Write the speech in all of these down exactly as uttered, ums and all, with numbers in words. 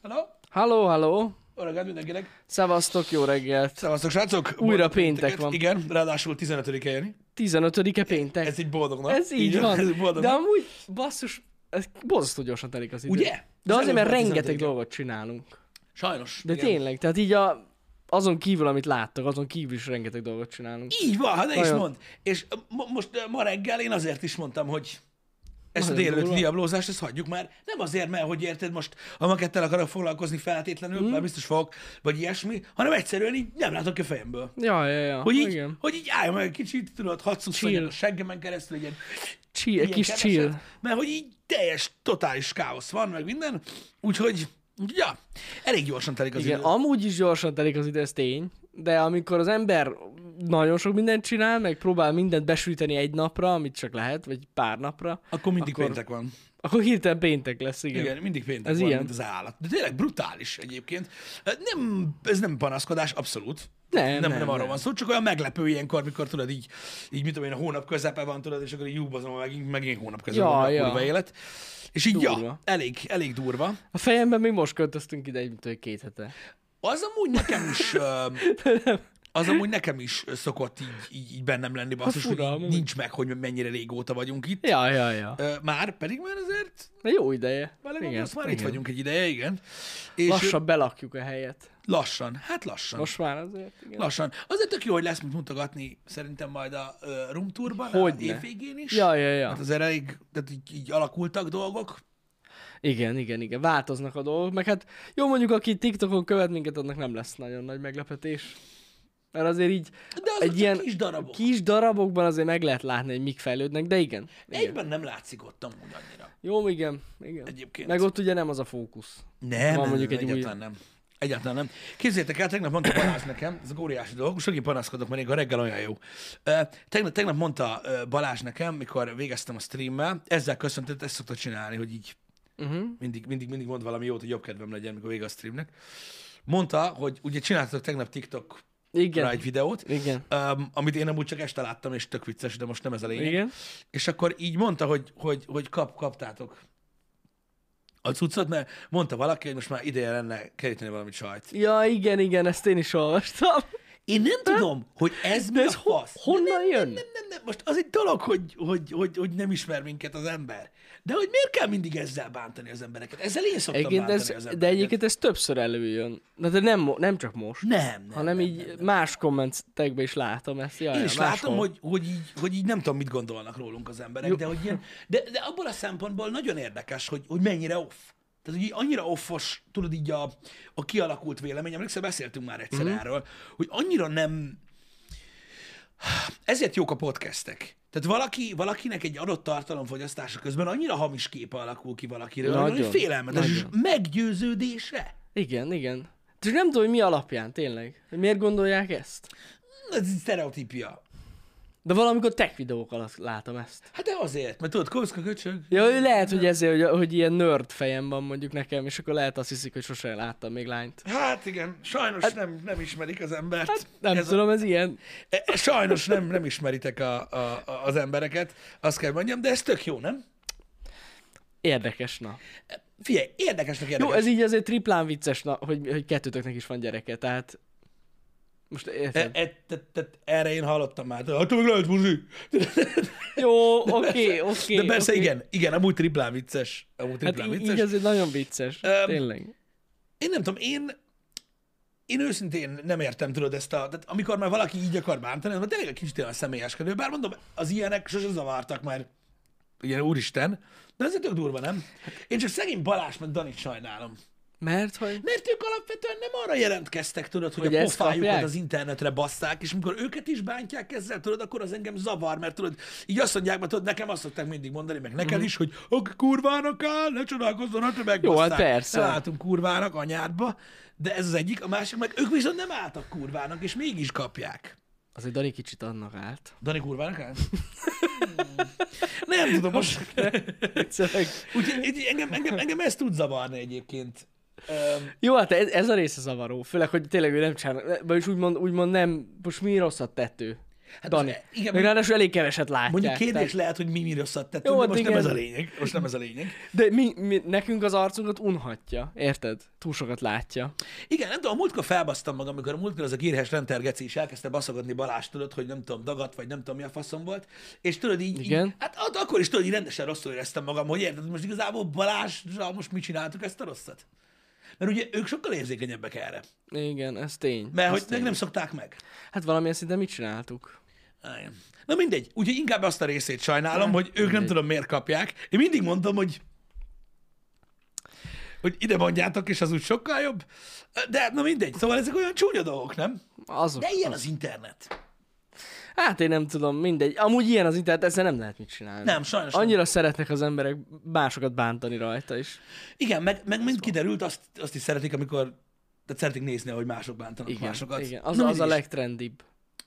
Hello? Halló, halló! Jó reggelt mindenkinek! Szevasztok, jó reggelt! Szevasztok, srácok! Újra Boldog péntek pénteket. van. Igen, ráadásul tizenötödike jön. tizenötödike péntek. Ez így boldog nap. Ez így van. Ez boldog De nap. amúgy, basszus, ez borzasztó gyorsan telik az idő. Ugye? De Az azért, mert előbb volt rengeteg tizenötödike. dolgot csinálunk. Sajnos. De igen. tényleg, tehát így a, azon kívül, amit láttak, azon kívül is rengeteg dolgot csinálunk. Így van, hát ne is Nagyon. mondd. És mo- most ma reggel én azért is mondtam, hogy ezt a Nagyon délelőtti durva. diablózást, ezt hagyjuk már. Nem azért, mert hogy érted, most a makettel akarok foglalkozni feltétlenül, Hmm. már biztos fogok, vagy ilyesmi, hanem egyszerűen így nem látok ki a fejemből. Ja, ja, ja. Hogy így, Igen. hogy így állj meg egy kicsit, tudod, hadd szusszanjak Chill. a seggemen keresztül, egy ilyen Chill, egy ilyen kis keveset, chill. mert hogy így teljes, totális káosz van, meg minden, úgyhogy, ja, elég gyorsan telik az Igen, idő. amúgy is gyorsan telik az idő, ez tény. De amikor az ember nagyon sok mindent csinál, meg próbál mindent besűjteni egy napra, amit csak lehet, vagy pár napra, Akkor mindig akkor- péntek van. akkor hirtelen péntek lesz, igen. Igen, mindig péntek Ez van, ilyen. mint az állat. De tényleg brutális egyébként. Nem, ez nem panaszkodás, abszolút. Nem, nem, nem, nem, nem. arról van szó, csak olyan meglepő ilyenkor, mikor tudod így, így mit tudom én, a hónap közepe van, tudod, és akkor így júbazom, megint, megint hónap közepe Ja, van a ja. kurva élet. És így, ja, Durva. elég, elég durva. A fejemben még most költöztünk ide, mint hogy két hete. Az amúgy nekem is, ö, az amúgy nekem is szokott így, így, így bennem lenni, basszus, hogy fura, így amúgy. nincs meg, hogy mennyire régóta vagyunk itt. Ja, ja, ja. Ö, Már, pedig már azért, De jó ideje. belegondolsz, már igen. itt vagyunk egy ideje, igen. És Lassan belakjuk a helyet. lassan, hát lassan. Most már azért, igen. Lassan. Azért tök jó, hogy lesz mit mutogatni szerintem majd a uh, room tourban, a Hogyne. évvégén is. Ja, ja, ja. Hát azért elég, tehát így, így alakultak dolgok. Igen, igen, igen. Változnak a dolgok. Meg hát jó, mondjuk aki TikTokon követ minket, annak nem lesz nagyon nagy meglepetés. Mert azért így De azok egy csak ilyen kis darabok. kis darabokban azért meg lehet látni, hogy mik fejlődnek, de igen. igen. Egyben nem látszik ott amúgy annyira. Jó, igen, igen. Egyébként. Meg ott ugye nem az a fókusz. Nem, van nem, mondjuk nem, egy új- egyáltalán nem. Egyáltalán nem. Képzeljétek el, tegnap mondta Balázs nekem, ez a óriási dolog, most megint panaszkodok, mert még a reggel olyan jó. Uh, tegnap, tegnap mondta uh, Balázs nekem, mikor végeztem a streammel, ezzel köszöntött, ezt szokta csinálni, hogy így Uh-huh. mindig, mindig, mindig mond valami jót, hogy jobb kedvem legyen, mikor vége a streamnek. Mondta, hogy ugye csináltatok tegnap TikTok Igen. egy videót, Igen. um, amit én amúgy csak este láttam, és tök vicces, de most nem ez a lényeg. Igen. És akkor így mondta, hogy, hogy, hogy kap, kaptátok a cuccot, mert mondta valaki, hogy most már ideje lenne keríteni valami sajt. Ja, igen, igen, ezt én is olvastam. Én nem tudom, hogy ez mi ez a ho- fasz. honnan nem, jön? Nem, nem, nem, nem. Most az egy dolog, hogy, hogy, hogy, hogy nem ismer minket az ember. De hogy miért kell mindig ezzel bántani az embereket? Ezzel én szoktam Egyébként bántani ez, az embereket. de egyébként ez többször előjön. Na, de nem, mo- nem csak most, Nem, nem, hanem nem, így nem, nem. más kommentekben is látom ezt. Ja, Én ja, is máshol. látom, hogy, hogy, így, hogy így nem tudom, mit gondolnak rólunk az emberek, Jó. de hogy ilyen, de, de abból a szempontból nagyon érdekes, hogy, hogy mennyire off. Tehát, hogy így annyira offos, tudod így a, a kialakult vélemény, emlékszel, beszéltünk már egyszer Mhm. erről, hogy annyira nem... Ezért jók a podcastek. Tehát valaki, valakinek egy adott tartalomfogyasztása közben annyira hamis képe alakul ki valakiről, Nagyon, hogy félelmetes, és nagyon. meggyőződése. Igen, igen. Csak nem tudom, hogy mi alapján, tényleg. Hogy miért gondolják ezt? Ez egy sztereotípia. De valamikor tech videók alatt látom ezt. Hát de azért, mert tudod, Kovszka köcsög. Ja, ő lehet, hogy ezért, hogy, hogy ilyen nerd fejem van mondjuk nekem, és akkor lehet azt hiszik, hogy sose láttam még lányt. Hát igen, sajnos hát, nem, nem ismerik az embert. Hát nem Ez tudom, ez ilyen. A, e- sajnos nem, nem ismeritek a, a, a, az embereket, azt kell mondjam, de ez tök jó, nem? Érdekes, na. Figyelj, érdekesnek érdekes. Jó, ez így azért triplán vicces, na, hogy, hogy kettőtöknek is van gyereke, tehát most E, érted? e, te, te, erre én hallottam már, hát te meg lehet buzi. Jó, oké, oké. De persze oké. igen, igen, amúgy triplán vicces. Amúgy Hát triplán így, vicces. így azért nagyon vicces, Öm, tényleg. Én nem tudom, én, én őszintén nem értem, tudod, ezt a, tehát amikor már valaki így akar bántani, mert tényleg egy kicsit olyan személyeskedő, bár mondom, az ilyenek sose zavartak már, ilyen úristen, de azért tök durva, nem? Én csak szegény Balázs meg Danit sajnálom. Mert hogy... Mert ők alapvetően nem arra jelentkeztek, tudod, hogy, Hogy a ezt pofájukat kapják? az internetre basszák, és amikor őket is bántják ezzel, tudod, akkor az engem zavar, mert tudod, így azt mondják, mert tudod, nekem azt szokták mindig mondani, meg neked is, hogy aki kurvának áll, ne csodálkozzon, hát megbasszák. hát persze. Nem álltunk kurvának anyádba, de ez az egyik, a másik meg ők viszont nem álltak kurvának, és mégis kapják. Azért Dani kicsit annak állt. Dani kurvának áll? Hmm. Nem tudom, most... Egyszerűen. Úgyhogy így engem, engem, engem ez tud zavarni egyébként. Um, Jó, hát ez, ez a része zavaró. Főleg, hogy tényleg ő nem csinál, vagyis úgymond, úgymond nem, most mi rosszat tett ő? Hát Dani. az- igen, Meg ráadásul elég keveset látják. mondjuk kérdés tehát- lehet, hogy mi mi rosszat tettünk, Jó, de hát most nem igen. ez a lényeg. Most nem ez a lényeg. De mi, mi, nekünk az arcunkat unhatja, érted? Túl sokat látja. Igen, nem tudom, a múltkor felbasztam magam, amikor a múltkor az a gírhes rentergeci is elkezdte baszogatni Balást, tudod, hogy nem tudom, dagat, vagy nem tudom, mi a faszom volt. És tudod így, Igen. így hát ott akkor is tudod, így rendesen rosszul éreztem magam, hogy érted, most igazából Balázsra most mit csináltuk ezt a rosszat? Mert ugye ők sokkal érzékenyebbek erre. Igen, ez tény. Mert ez hogy tény. meg nem szokták meg. Hát valamilyen szinten mit csináltuk? Igen. Na mindegy, úgyhogy inkább azt a részét sajnálom, Hát, hogy ők nem mindegy. tudom miért kapják. Én mindig mondom, hogy hogy ide mondjátok, és az úgy sokkal jobb. De na mindegy, szóval ezek olyan csúnya dolgok, nem? Azok. De ilyen az internet. Hát én nem tudom, mindegy. Amúgy ilyen az internet, ezzel nem lehet mit csinálni. Nem, sajnos nem. Annyira szeretnek az emberek másokat bántani rajta is. Igen, meg, meg mind kiderült, azt, azt is szeretik, amikor tehát szeretik nézni, hogy mások bántanak Igen, másokat. igen. Az, Na, az a mindegy. legtrendibb.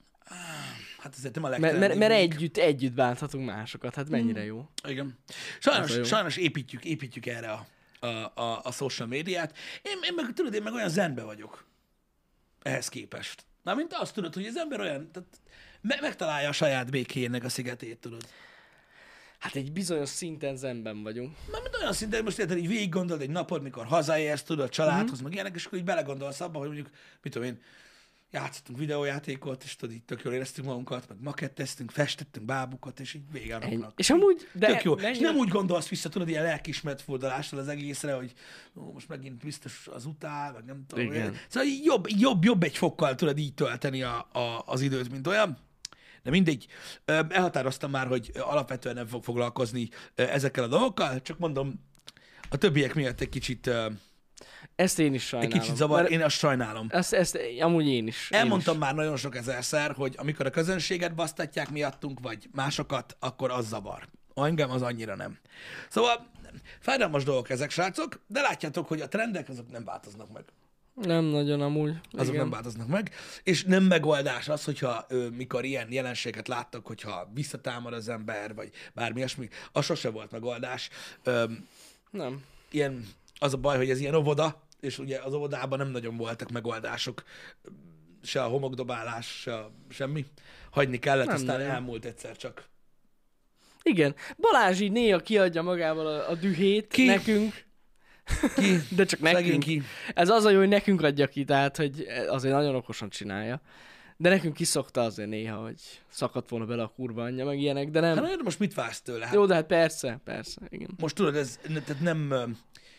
Hát ezért nem a Mert, mert, legtrendibb. mert együtt, együtt bánthatunk másokat, hát mennyire jó. Igen. Az a Sajnos, jó. sajnos építjük, építjük erre a, a, a, a social médiát. Én, én meg, tudod, én meg olyan zenbe vagyok. Ehhez képest. Na, mint azt tudod, hogy az ember olyan, tehát me- megtalálja a saját békéjének a szigetét, tudod. Hát egy bizonyos szinten zenben vagyunk. Na, mint olyan szinten, hogy most érted, így végig gondolod egy napod, mikor hazaérsz, tudod, családhoz, mm-hmm. meg ilyenek, és akkor így belegondolsz abba, hogy mondjuk, mit tudom én, játszottunk videójátékot, és tudod, így tök jól éreztünk magunkat, meg maketteztünk, festettünk bábukat, és így vége a Ennyi. napnak. És amúgy, de Tök jó. És mennyire- nem úgy gondolsz vissza, tudod, ilyen lelkismert fordulással az egészre, hogy ó, most megint biztos az utál, meg nem tudom. Igen. Szóval így jobb, jobb, jobb egy fokkal tudod így tölteni a, a, az időt, mint olyan. De mindegy, Ö, elhatároztam már, hogy alapvetően nem fog foglalkozni ö, ezekkel a dolgokkal, csak mondom, a többiek miatt egy kicsit, ö, Ezt én is egy sajnálom. kicsit zavar, Mert én azt sajnálom. Ezt, ezt amúgy én is. én Elmondtam is. már nagyon sok ezerszer, hogy amikor a közönséget basztatják miattunk, vagy másokat, akkor az zavar. Engem az annyira nem. Szóval fájdalmas dolgok ezek, srácok, de látjátok, hogy a trendek azok nem változnak meg. Nem nagyon amúgy. Azok Igen. nem változnak meg, és nem megoldás az, hogyha ö, mikor ilyen jelenséget láttak, hogyha visszatámad az ember, vagy bármi ilyesmi, az sose volt megoldás. Ö, Nem. ilyen, az a baj, hogy ez ilyen óvoda, és ugye az óvodában nem nagyon voltak megoldások, se a homokdobálás, se a semmi. Hagyni kellett, Nem aztán nagyon. elmúlt egyszer csak. Igen. Balázs így néha kiadja magával a, a dühét Ki? nekünk, Ki? de csak Szegény nekünk. ki. Ez az a jó, hogy nekünk adja ki, tehát hogy azért nagyon okosan csinálja. De nekünk kiszokta azért néha, hogy szakadt volna bele a kurva anyja, meg ilyenek, de nem. Hát de most mit vársz tőle? Hát Jó, de hát persze, persze, igen. most tudod, ez tehát nem... ö,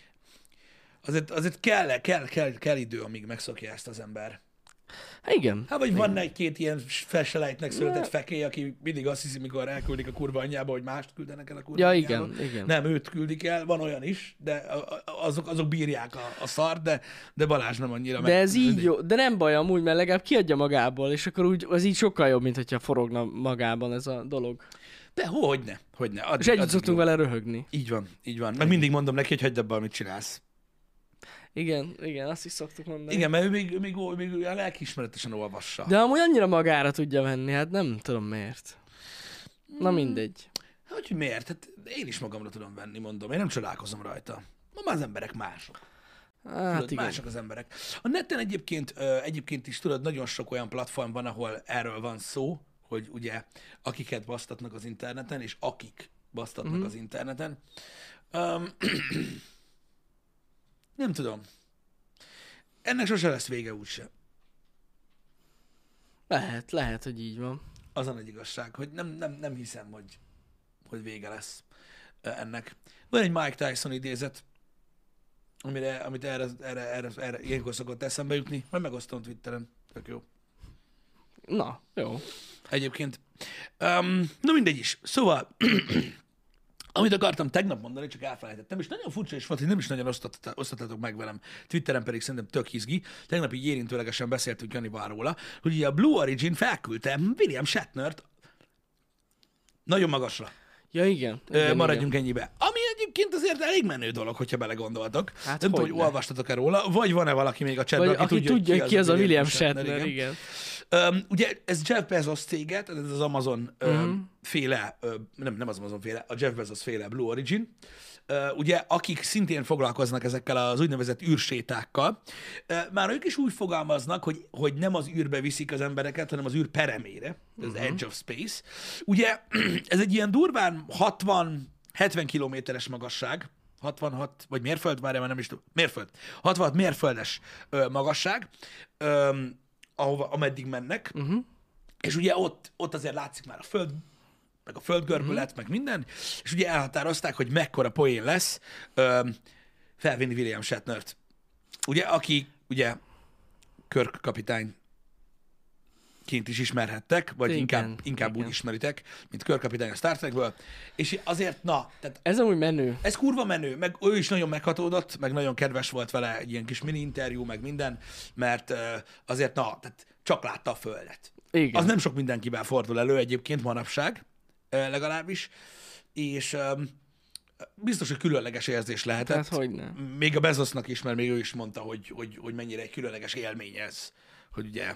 Azért, azért kell, kell, kell, kell idő, amíg megszokja ezt az ember. Hát igen. Hát vagy van egy-két ilyen felselejtnek született Ne. fekély, aki mindig azt hiszi, mikor elküldik a kurva anyjába, hogy mást küldenek el a kurva Ja, anyjába. igen, igen. Nem, őt küldik el, van olyan is, de a- a- azok, azok bírják a, a szart, de, de Balázs nem annyira. De ez így de- jó, de nem baj amúgy, mert legalább kiadja magából, és akkor úgy, az így sokkal jobb, mint hogyha forogna magában ez a dolog. De ho, hogyne, hogyne. Addig, És együtt addig szoktunk jó. vele röhögni. Így van, így van. Meg mindig mondom neki, hogy hagyd abba, amit csinálsz. Igen, igen, azt is szoktuk mondani. Igen, mert ő még, ő még, ő még olyan lelkiismeretesen olvassa. De amúgy annyira magára tudja venni, hát nem tudom miért. Na mindegy. Hát, hogy miért? Hát én is magamra tudom venni, mondom. Én nem csodálkozom rajta. Ma már az emberek mások. Hát Tudod, igen. mások az emberek. A neten egyébként, ö, egyébként is tudod, nagyon sok olyan platform van, ahol erről van szó, hogy ugye akiket basztatnak az interneten, és akik basztatnak Mhm. az interneten. Um, nem tudom. Ennek sose lesz vége úgyse. Lehet, lehet, hogy így van. Az a nagy igazság, hogy nem, nem, nem hiszem, hogy, hogy vége lesz ö, ennek. Van egy Mike Tyson idézet, amire, amit erre, erre, erre, erre ilyenkor szokott eszembe jutni, majd megosztom Twitteren. Tök jó. Na, jó. Egyébként. Um, na mindegy is. Szóval, amit akartam tegnap mondani, csak elfelejtettem, és nagyon furcsa is volt, hogy nem is nagyon osztott- osztottatok meg velem. Twitteren pedig szerintem tök izgi. Tegnap így érintőlegesen beszéltünk Janival róla, hogy ugye a Blue Origin felküldte William Shatnert nagyon magasra. Ja, igen. Ö, igen maradjunk ennyibe. Ami egyébként azért elég menő dolog, hogyha belegondoltok. Hát nem tudom, hogy hogyne. olvastatok-e róla, vagy van-e valaki még a chatben, Vagy aki tudja, hogy ki az a William Shatner, Shatner, igen. Öm, ugye ez Jeff Bezos cége, tehát ez az Amazon öm, Mhm. féle, öm, nem, nem az Amazon féle, a Jeff Bezos féle Blue Origin, Ö, ugye, akik szintén foglalkoznak ezekkel az úgynevezett űrsétákkal, ö, már ők is úgy fogalmaznak, hogy, hogy nem az űrbe viszik az embereket, hanem az űr peremére, az uh-huh. Edge of Space. Ugye, ez egy ilyen durván hatvan-hetven kilométeres magasság, hatvanhat, vagy mérföld, várjál, már nem is tudom, mérföld, hatvanhat mérföldes ö, magasság, ö, ahova, ameddig mennek, Uh-huh. és ugye ott, ott azért látszik már a föld, meg a földgörbület, uh-huh. meg minden, és ugye elhatározták, hogy mekkora poén lesz ö, felvinni William Shatnert. Ugye, aki ugye Kirk kapitány ként is ismerhettek, vagy Igen, inkább, inkább igen. úgy ismeritek, mint Kirk kapitány a Star Trekből, és azért, na, tehát Ez amúgy menő. ez kurva menő, meg ő is nagyon meghatódott, meg nagyon kedves volt vele egy ilyen kis mini interjú, meg minden, mert ö, azért, na, tehát csak látta a Földet. Igen. Az nem sok mindenkivel fordul elő egyébként manapság, ö, legalábbis, és ö, biztos, hogy különleges érzés lehetett. Hát hogyne. Még a Bezosnak is, mert még ő is mondta, hogy, hogy, hogy mennyire egy különleges élmény ez, hogy ugye,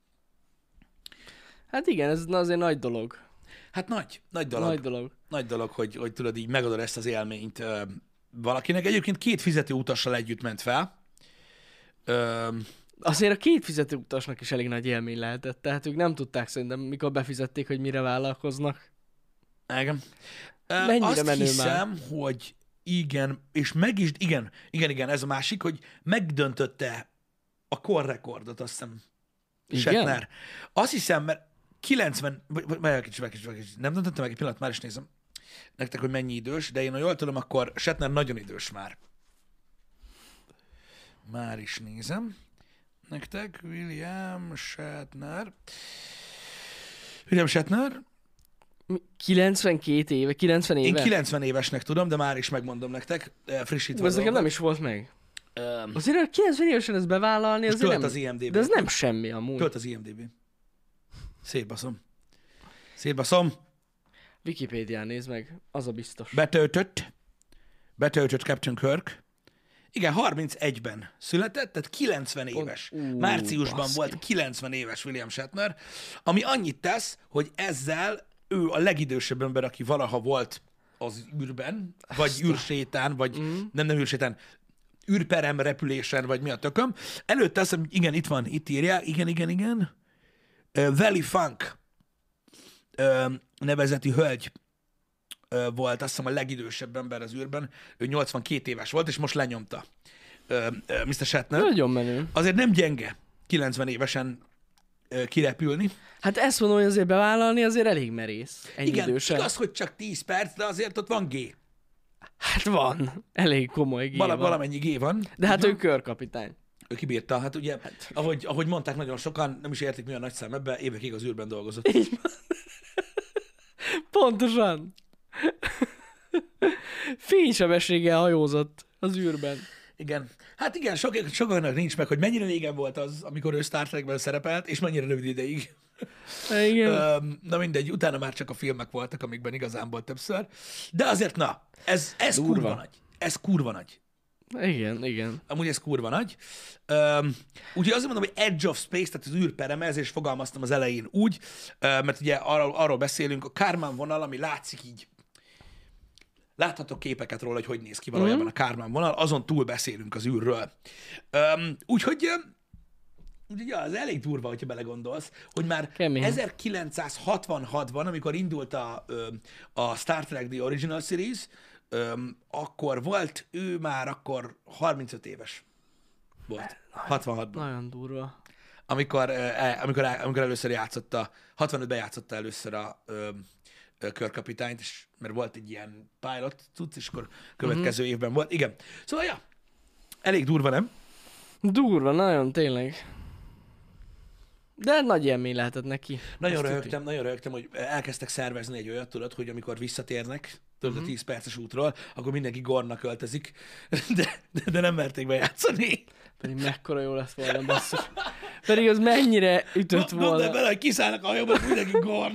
Hát igen, ez azért nagy dolog. hát nagy, nagy dolog. Nagy dolog. Nagy dolog, hogy, hogy tudod, így megadod ezt az élményt ö, valakinek. Egyébként két fizető utassal együtt ment fel. Ö, Azért a két fizető utasnak is elég nagy élmény lehetett, tehát ők nem tudták szerintem, mikor befizették, hogy mire vállalkoznak. igen. Ö, Mennyire Azt menő hiszem, már. hogy igen, és meg is, igen, igen, igen, ez a másik, hogy megdöntötte a korrekordot, azt hiszem, Igen? Shatner. Azt hiszem, mert kilencven, vagy, vagy, vagy, kicsit, kicsit, kicsit, nem döntöttem meg egy pillanat, már is nézem nektek, hogy mennyi idős, de én ha jól tudom, akkor Shatner nagyon idős már. Már is nézem nektek, William Shatner. William Shatner. kilencvenkét éve, kilencven éve? Én kilencven évesnek tudom, de már is megmondom nektek, eh, frissítve. Ez a nekem dolgot. nem is volt meg. Öm, Azért a kilencven évesen ezt bevállalni, Most azért tölt nem... az I M D B. De ez nem semmi amúgy. Tölt az I M D B. Szétbaszom. Szétbaszom. Wikipédián nézd meg, az a biztos. Betöltött. Betöltött Captain Kirk. Igen, harmincegyben született, tehát kilencven éves. Ú, Márciusban baszki. volt kilencven éves William Shatner, ami annyit tesz, hogy ezzel ő a legidősebb ember, aki valaha volt az űrben, vagy űrsétán, vagy Mhm. nem, nem űrsétán, űrperem repülésen, vagy mi a tököm. Előtte azt hiszem, igen, itt van, itt írja, igen, igen, igen. Uh, Valley Funk uh, nevezeti hölgy uh, volt, azt hiszem, a legidősebb ember az űrben. Ő nyolcvankét éves volt, és most lenyomta uh, uh, miszter Shatner. Nagyon menő. Azért nem gyenge kilencven évesen uh, kirepülni. Hát ezt mondom, hogy azért bevállalni azért elég merész. Ennyi Igen, idősen. igaz, hogy csak tíz perc, de azért ott van G. Hát van. Elég komoly gé Vala, van. valamennyi G van. De hát Így ő van. körkapitány. Ő kibírta. Hát ugye, ahogy, ahogy mondták nagyon sokan, nem is értik, mi a nagy szám ebben, évekig az űrben dolgozott. Így van. Pontosan. Fénysebességgel hajózott az űrben. Igen. Hát igen, sok, sokaknak nincs meg, hogy mennyire régen volt az, amikor ő Star Trekben szerepelt, és mennyire rövid ideig. Igen. Öm, na mindegy, utána már csak a filmek voltak, amikben igazán volt többször. De azért, na, ez, ez Durva. kurva nagy. Ez kurva nagy. Igen, igen. Amúgy ez kurva nagy. Öm, úgyhogy azért mondom, hogy Edge of Space, tehát az űrperem, ezért is fogalmaztam az elején úgy, öm, mert ugye arról, arról beszélünk, a Kármán vonal, ami látszik így, láthatok képeket róla, hogy hogy néz ki valójában Mhm. a Kármán vonal, azon túl beszélünk az űrről. Öm, úgyhogy, öm, úgyhogy ja, az elég durva, hogyha belegondolsz, hogy már Kemény. ezerkilencszázhatvanhatban, amikor indult a, öm, a Star Trek The Original Series, öm, akkor volt, ő már akkor harmincöt éves volt, hatvanhatban. Nagyon durva. Amikor, eh, amikor, amikor először játszotta, hatvanötben játszotta először a ö, ö, körkapitányt, és mert volt egy ilyen pilot cucc, és akkor következő uh-huh. évben volt. Igen. Szóval, ja, elég durva, nem? Durva, nagyon tényleg. De nagy élmény lehetett neki. Nagyon Azt röhögtem, tudni. nagyon röhögtem, hogy elkezdtek szervezni egy olyat, tudod, hogy amikor visszatérnek, tudod, Mhm. a tíz perces útról, akkor mindenki Gornnak öltözik, de, de, de nem merték bejátszani. Pedig mekkora jó lett volna, basszus. Pedig az mennyire ütött Gondolj volna. bele, hogy kiszállnak a hajóban, és mindenki Gorn.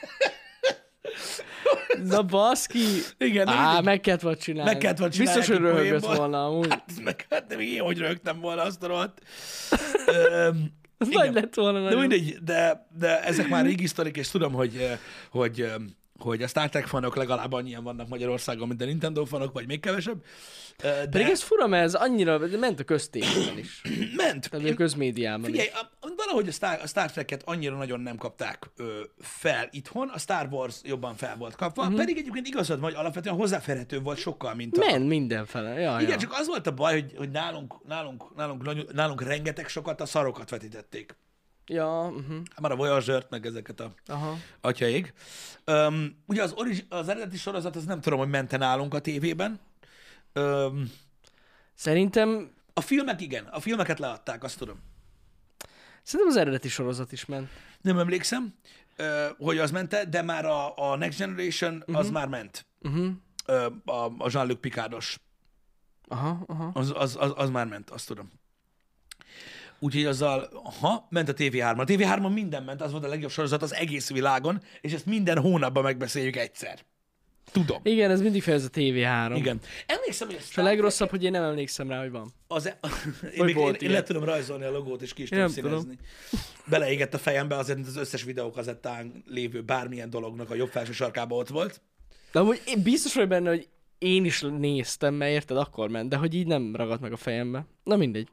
Na baszki. Igen, de Á, mindegy. meg kellett volna csinálni. Meg kellett volna csinálni Biztos, hogy neki röhögött poénból. volna amúgy. Hát, ez meg, hát nem én, hogy rögtem volna azt a rohadt. Öm, Az Igen. nagy lett volna De nagyon. mindegy, de, de ezek már régi sztorik, és tudom, hogy, eh, hogy, eh, hogy a Star Trek fanok legalább annyian vannak Magyarországon, mint a Nintendo fanok, vagy még kevesebb. Eh, De Pedig ez fura, mert ez annyira ment a köztévében is. ment. Tehát a Én- közmédiában Figyelj, is. a, valahogy a Star, a Star Trek-et annyira nagyon nem kapták ö, fel itthon, a Star Wars jobban fel volt kapva, Mhm. uh-huh. pedig egyébként igazad vagy, alapvetően hozzáférhető volt sokkal, mint a... Men mindenfele. Ja, Igen, ja. csak az volt a baj, hogy, hogy nálunk, nálunk, nálunk, nálunk, nálunk rengeteg sokat a szarokat vetítették. Ja, uh-huh. Már a Voyager-t, meg ezeket a Aha. atyaig. Um, ugye az, origi- az eredeti sorozat, az nem tudom, hogy mente nálunk a tévében. Um, Szerintem, a filmek igen, a filmeket leadták, azt tudom. szerintem az eredeti sorozat is ment. Nem emlékszem, ö, hogy az mente, de már a, a Next Generation uh-huh. az már ment. Uh-huh. Ö, a, a Jean-Luc Picardos. Aha, aha. Az, az, az, az már ment, azt tudom. Úgyhogy azzal, ha ment a té vé három. A té vé három minden ment, az volt a legjobb sorozat az egész világon, és ezt minden hónapban megbeszéljük egyszer. Tudom. Igen, ez mindig fejez a té vé három. Igen. Emlékszem, hogy a És a legrosszabb, hogy én nem emlékszem rá, hogy van. Az, e- én, Hogy még, én, volt én ilyen? le tudom rajzolni a logót, és ki is Én tudom nem tudom. színezni. Beleégett a fejembe azért, mint az összes videókazettán lévő bármilyen dolognak a jobb felső sarkában ott volt. De amúgy én biztos vagy benne, hogy én is néztem, mert érted, akkor ment, de hogy így nem ragadt meg a fejembe. Na mindegy.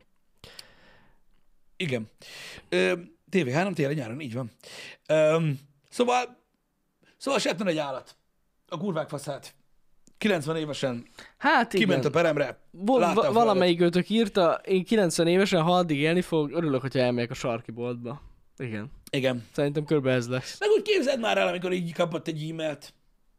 Igen. Ö, té vé három télen nyáron, így van. Ö, szóval, szóval Shatner egy állat. A kurvák faszát. kilencven évesen Hát igen. kiment a peremre. Vo- látta a va- földet. valamelyik őtök írta, én kilencven évesen, ha addig élni fog, örülök, hogyha elmegyek a sarki boltba. Igen. Igen. Szerintem körbe ez lesz. Meg úgy képzeld már el, amikor így kapott egy e-mailt.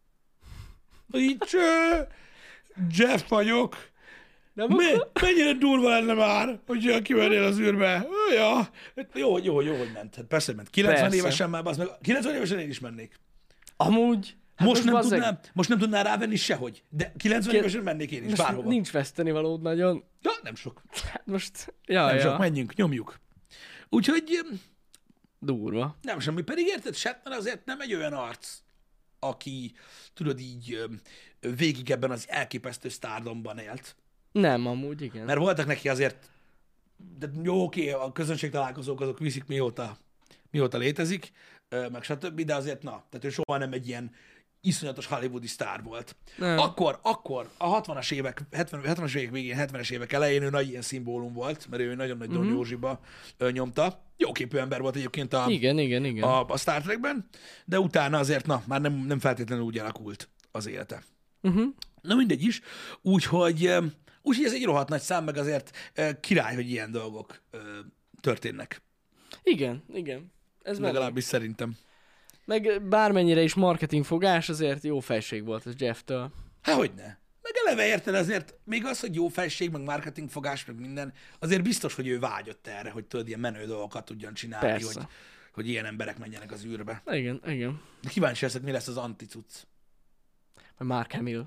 Így cső, Jeff vagyok. Nem Mi? akar- Mennyire durva lenne már, hogy jön kimennél az űrbe. Ja. Hát Jó, jó, jó, hogy ment. Hát persze, hogy ment. kilencven Persze. évesen már, az meg, kilencven évesen én is mennék. Amúgy. Hát Most, nem bazzeg, tudnám, most nem tudná rávenni sehogy, de kilencven Ki- évesen mennék én is, most bárhova. nincs vesztenivalód nagyon. Ja, nem sok. Hát most, ja, Nem ja. sok, menjünk, nyomjuk. Úgyhogy Durva. nem semmi. Pedig érted, Shatner azért nem egy olyan arc, aki, tudod így, ö, végig ebben az elképesztő sztárdomban élt. Nem, amúgy igen. Mert voltak neki azért, de jó, oké, a közönség találkozók azok viszik mióta, mióta létezik, ö, meg stb., de azért na, tehát ő soha nem egy ilyen iszonyatos hollywoodi sztár volt. Nem. Akkor, akkor a hatvanas évek, hetven, hetvenes évek végén, hetvenes évek elején ő nagy ilyen szimbólum volt, mert ő nagyon nagy Don Mhm. Józsiba ö, nyomta. Jóképű ember volt egyébként a, Igen, igen, igen. a, a Star Trekben, de utána azért, na, már nem, nem feltétlenül úgy alakult az élete. Uh-huh. Na mindegy is, úgyhogy, ö, úgyhogy ez egy rohadt nagy szám, meg azért ö, király, hogy ilyen dolgok ö, történnek. Igen, igen. Ez meg, Legalábbis szerintem. meg bármennyire is marketingfogás, azért jó fejség volt ez Jeff-től. Hát hogyne. Meg eleve érted azért, még az, hogy jó felség, meg marketingfogás, meg minden, azért biztos, hogy ő vágyott erre, hogy tudod, ilyen menő dolgokat tudjon csinálni, Persze. hogy, hogy ilyen emberek menjenek az űrbe. Igen, igen. De kíváncsi leszek, mi lesz az anticuc. Vagy Mark Hamill.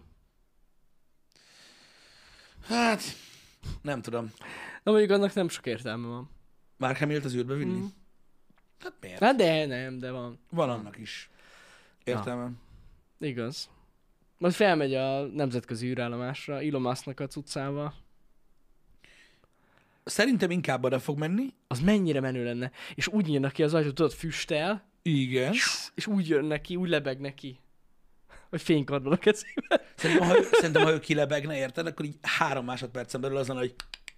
Hát, nem tudom. Na mondjuk annak nem sok értelme van. Mark Hamill-t az űrbe vinni? Mhm. Hát miért? Hát de nem, de van. Van annak is. Értelme. Igaz. Majd felmegy a nemzetközi űrállomásra Elon Musknak a cuccával. Szerintem inkább oda fog menni. Az mennyire menő lenne. És úgy nyílnak ki az ajtót, tudod, füstel, Igen. és úgy jön neki, úgy lebeg neki. Vagy fénykardban a kezébe. Szerintem, ha ő, szerintem, ha ő kilebegne, érted, akkor így három másodpercen belül azon, hogy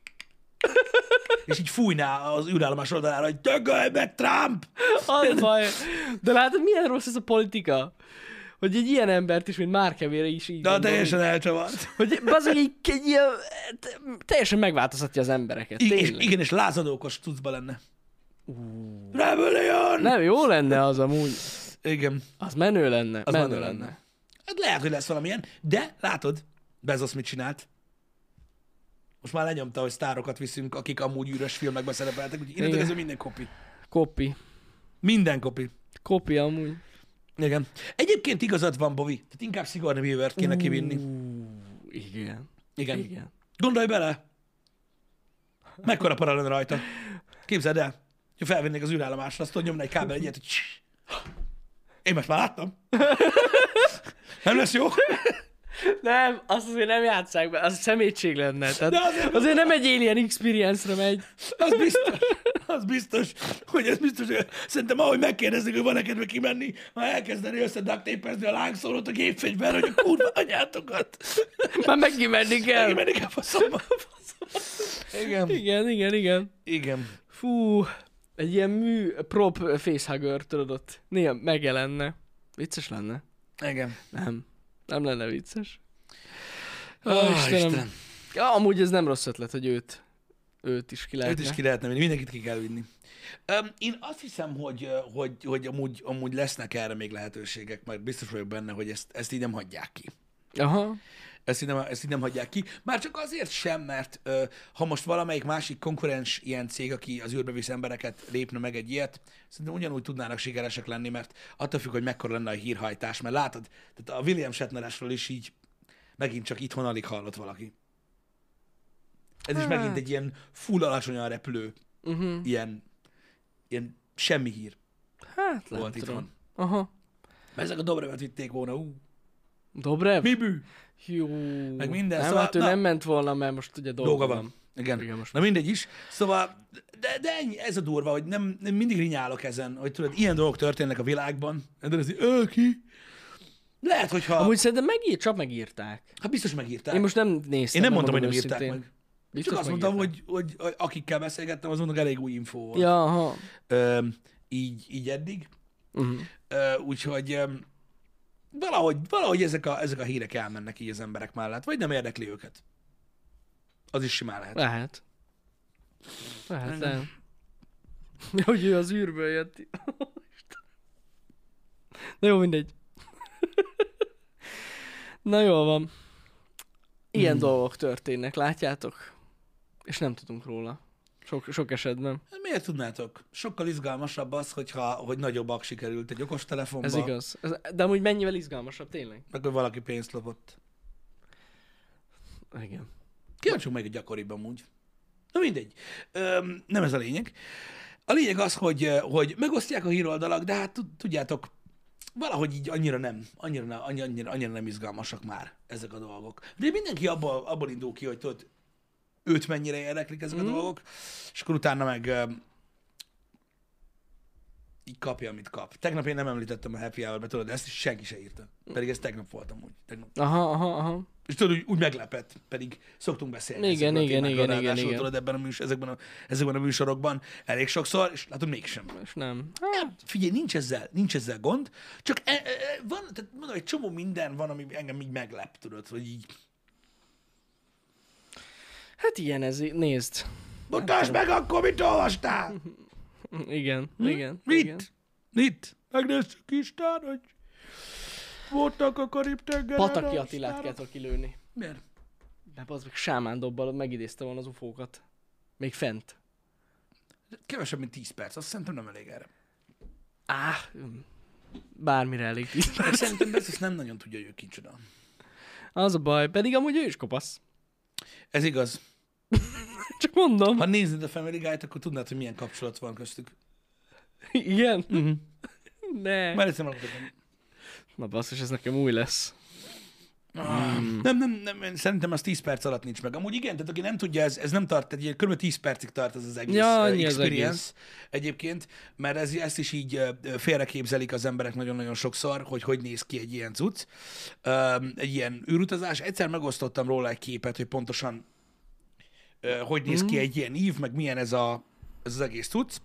és így fújná az űrállomás oldalára, hogy dögölj meg, Trump! Az baj. De látod, milyen rossz ez a politika? Hogy egy ilyen embert is, mint Mark Hamill is így De gondol, teljesen elcsavart. hogy bazdmeg egy, egy ilyen, teljesen megváltoztatja az embereket. Igen, és, Tényleg. igen, és lázadókos cuccba lenne. Rebellion! Nem, jó lenne az amúgy. Igen, Az menő lenne. az menő menő lenne. lenne. Hát lehet, hogy lesz valamilyen, de látod, Bezos mit csinált? Most már lenyomta, hogy sztárokat viszünk, akik amúgy űrös filmekben szerepeltek, úgyhogy innentől Igen. kezdve minden kopi. Kopi. Minden kopi. Kopi amúgy. Igen. Egyébként igazad van, Bovi. Tehát inkább Sigourney Weavert kéne kivinni. Igen. Igen. Igen. Gondolj bele! Mekkora para lenne rajta. Képzeld el, hogy felvinnék az űrállomásra, azt tudod nyomni egy kábel egyet, hogy én most már láttam. Nem lesz jó? Nem, azt azért nem játsszák be, az szemétség lenne. Tehát De azért- azért nem egy Alien Experience-re megy. Az biztos. az biztos, hogy ez biztos, hogy szerintem ahogy megkérdezik, hogy van-e kedve kimenni, ha elkezdeni összedaktépezni a lángszórót a gépfegyver, hogy a kurva anyátokat. Már megint menni kell. Megint menni kell faszomba. Igen. Igen, igen, igen. Igen. Fú, egy ilyen mű prop facehugger, tudod ott. Néha megjelenne. Vicces lenne? Igen. Nem. Nem lenne vicces. Ó, Oh, Istenem. Istenem. Ja, amúgy ez nem rossz ötlet, hogy őt, őt is ki lehetne. Őt is ki lehetne vinni, mindenkit ki kell vinni. Um, én azt hiszem, hogy, hogy, hogy amúgy, amúgy lesznek erre még lehetőségek, mert biztos vagyok benne, hogy ezt, ezt így nem hagyják ki. Aha. Ezt így, nem, ezt így nem hagyják ki. Már csak azért sem, mert ö, ha most valamelyik másik konkurens ilyen cég, aki az űrbe visz embereket, lépne meg egy ilyet, szerintem ugyanúgy tudnának sikeresek lenni, mert attól függ, hogy mekkora lenne a hírhajtás, mert látod, tehát a William Shatneresről is így megint csak itthon alig hallott valaki. Ez is Hát. megint egy ilyen full alacsonyan repülő, Uh-huh. ilyen, ilyen semmi hír Hát nem volt tudom. itthon. Aha. Mert ezek a Dobrevet vitték volna, ú, Dobrev? mi bű? Jó. Meg minden, Nem, szóval- hát ő na- nem ment volna, mert most ugye dolga, Dolga van. Igen. Igen, most Na mindegy is. Szóval, de, de ennyi, ez a durva, hogy nem, nem mindig rinyálok ezen, hogy tudod, ilyen dolgok történnek a világban, de ez így, ö, ki? Lehet, hogyha... Amúgy szerintem megírt, csak megírták. Hát biztos megírták. Én most nem néztem. Én nem mondtam, hogy nem írták őszintén. meg. Biztos Csak azt mondtam, megírták. hogy, hogy, hogy akikkel beszélgettem, azonnak elég új infó volt. Ja, aha. Ö, így, így eddig. Uh-huh. Ö, úgyhogy ö, valahogy, valahogy ezek, a, ezek a hírek elmennek így az emberek mellett, vagy nem érdekli őket. Az is simán lehet. Lehet. Lehet, Nem. nem. Hogy ő az űrből jött. Na jó, mindegy. Na jól van. Ilyen Hmm. dolgok történnek, látjátok? És nem tudunk róla. Sok, sok esetben. Hát miért tudnátok? Sokkal izgalmasabb az, hogyha, hogy nagyobb ak sikerült egy okostelefonba, Ez igaz. Ez, de amúgy mennyivel izgalmasabb, tényleg? meg hogy valaki pénzt lopott. Igen. Kíváncsiunk meg egy gyakoribb amúgy. Na mindegy. Öm, nem ez a lényeg. A lényeg az, hogy, ö, hogy megosztják a híroldalak, de hát tud- tudjátok, valahogy így annyira nem, annyira, ne- annyira, annyira nem izgalmasak már ezek a dolgok. De mindenki abból, abból indul ki, hogy tudod, őt mennyire érdeklik ezek Mhm. a dolgok, és akkor utána meg ö, így kapja, amit kap. Tegnap én nem említettem a Happy Hour-be, tudod, ezt is senki se írta. Pedig ez tegnap voltam úgy. Tegnap. Aha, aha, aha. És tudod, úgy, úgy meglepett, pedig szoktunk beszélni. Igen, ezekről a igen, témákról, igen, igen, ráadásul, igen. Tudod, ebben a műsor, ezekben, a, ezekben a műsorokban elég sokszor, és látod, mégsem. És nem. Hát, figyelj, nincs ezzel, nincs ezzel gond, csak e, e, van, tehát mondom, egy csomó minden van, ami engem így meglep, tudod, hogy így, Hát ilyen ez, nézd. mutasd meg akkor, mit olvastál? Igen, Hm? igen. Mit? Igen. Mit? Megnéztük Isten, hogy voltak a Karib-tengeren. Pataki a Attilát sztárok. kell kilőni. Miért? De az meg sámán dobbal megidézte volna az ufókat. Még fent. Kevesebb, mint tíz perc, azt szerintem nem elég erre. Áh, bármire elég tíz Meg perc. szerintem ezt ezt nem nagyon tudja, hogy ő kicsoda. Az a baj, pedig amúgy ő is kopasz. Ez igaz. Csak mondom. Ha néznéd a Family Guy-t, akkor tudnád, hogy milyen kapcsolat van köztük. Igen? Uh-huh. Ne. Már egyszer megmutatom. Na basszus, ez nekem új lesz. Mm. Nem, nem, nem, én szerintem az tíz perc alatt nincs meg. Amúgy igen, tehát aki nem tudja, ez, ez nem tart, tehát ilyen kb. tíz percig tart ez az egész Ja, ja, annyi az experience egész. egyébként, mert ez, ezt is így ö, ö, félreképzelik az emberek nagyon-nagyon sokszor, hogy hogy néz ki egy ilyen cucc, Ö, egy ilyen űrutazás. Egyszer megosztottam róla egy képet, hogy pontosan ö, hogy néz ki egy ilyen ív, meg milyen ez, a, ez az egész cucc.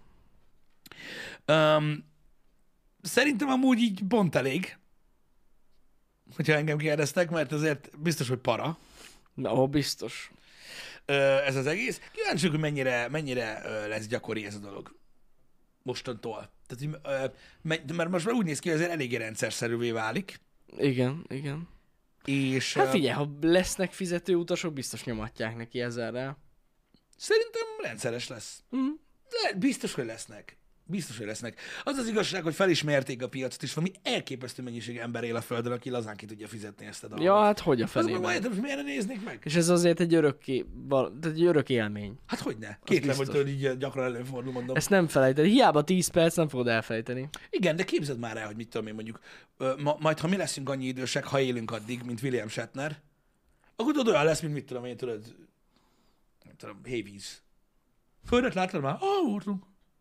Um, szerintem amúgy így pont elég, hogyha engem kérdeztek, mert azért biztos, hogy para Na, ó, biztos. ö, ez az egész. Kíváncsi, hogy mennyire, mennyire ö, lesz gyakori ez a dolog mostantól. Tehát, hogy, ö, me- mert most már úgy néz ki, hogy azért eléggé rendszerszerűvé válik, Igen, igen. és Hát ö, figyelj, ha lesznek fizető utasok, biztos nyomatják neki ezerrel. szerintem rendszeres lesz. Mm. De biztos, hogy lesznek. Biztos, hogy lesznek. Az az igazság, hogy felismerték a piacot, és valami elképesztő mennyiség ember él a Földön, aki lazán ki tudja fizetni ezt a dolgot. Ja, hát hogy a Azok meg fenében. majd, most miért ne néznék meg? És ez azért egy örökké, val- tehát egy örök élmény. Hát hogy ne? Két biztos. hogy tudod, így gyakran előfordul, mondom. Ezt nem felejteni. Hiába tíz perc, nem fogod elfelejteni. Igen, de képzeld már el, hogy mit tudom én mondjuk, ö, ma, majd ha mi leszünk annyi idősek, ha élünk addig, mint William Shatner, akkor tudod, olyan lesz, mint mit tudom én, tudod, nem tudom, hévíz. Földet láttad már? Ah, voltunk.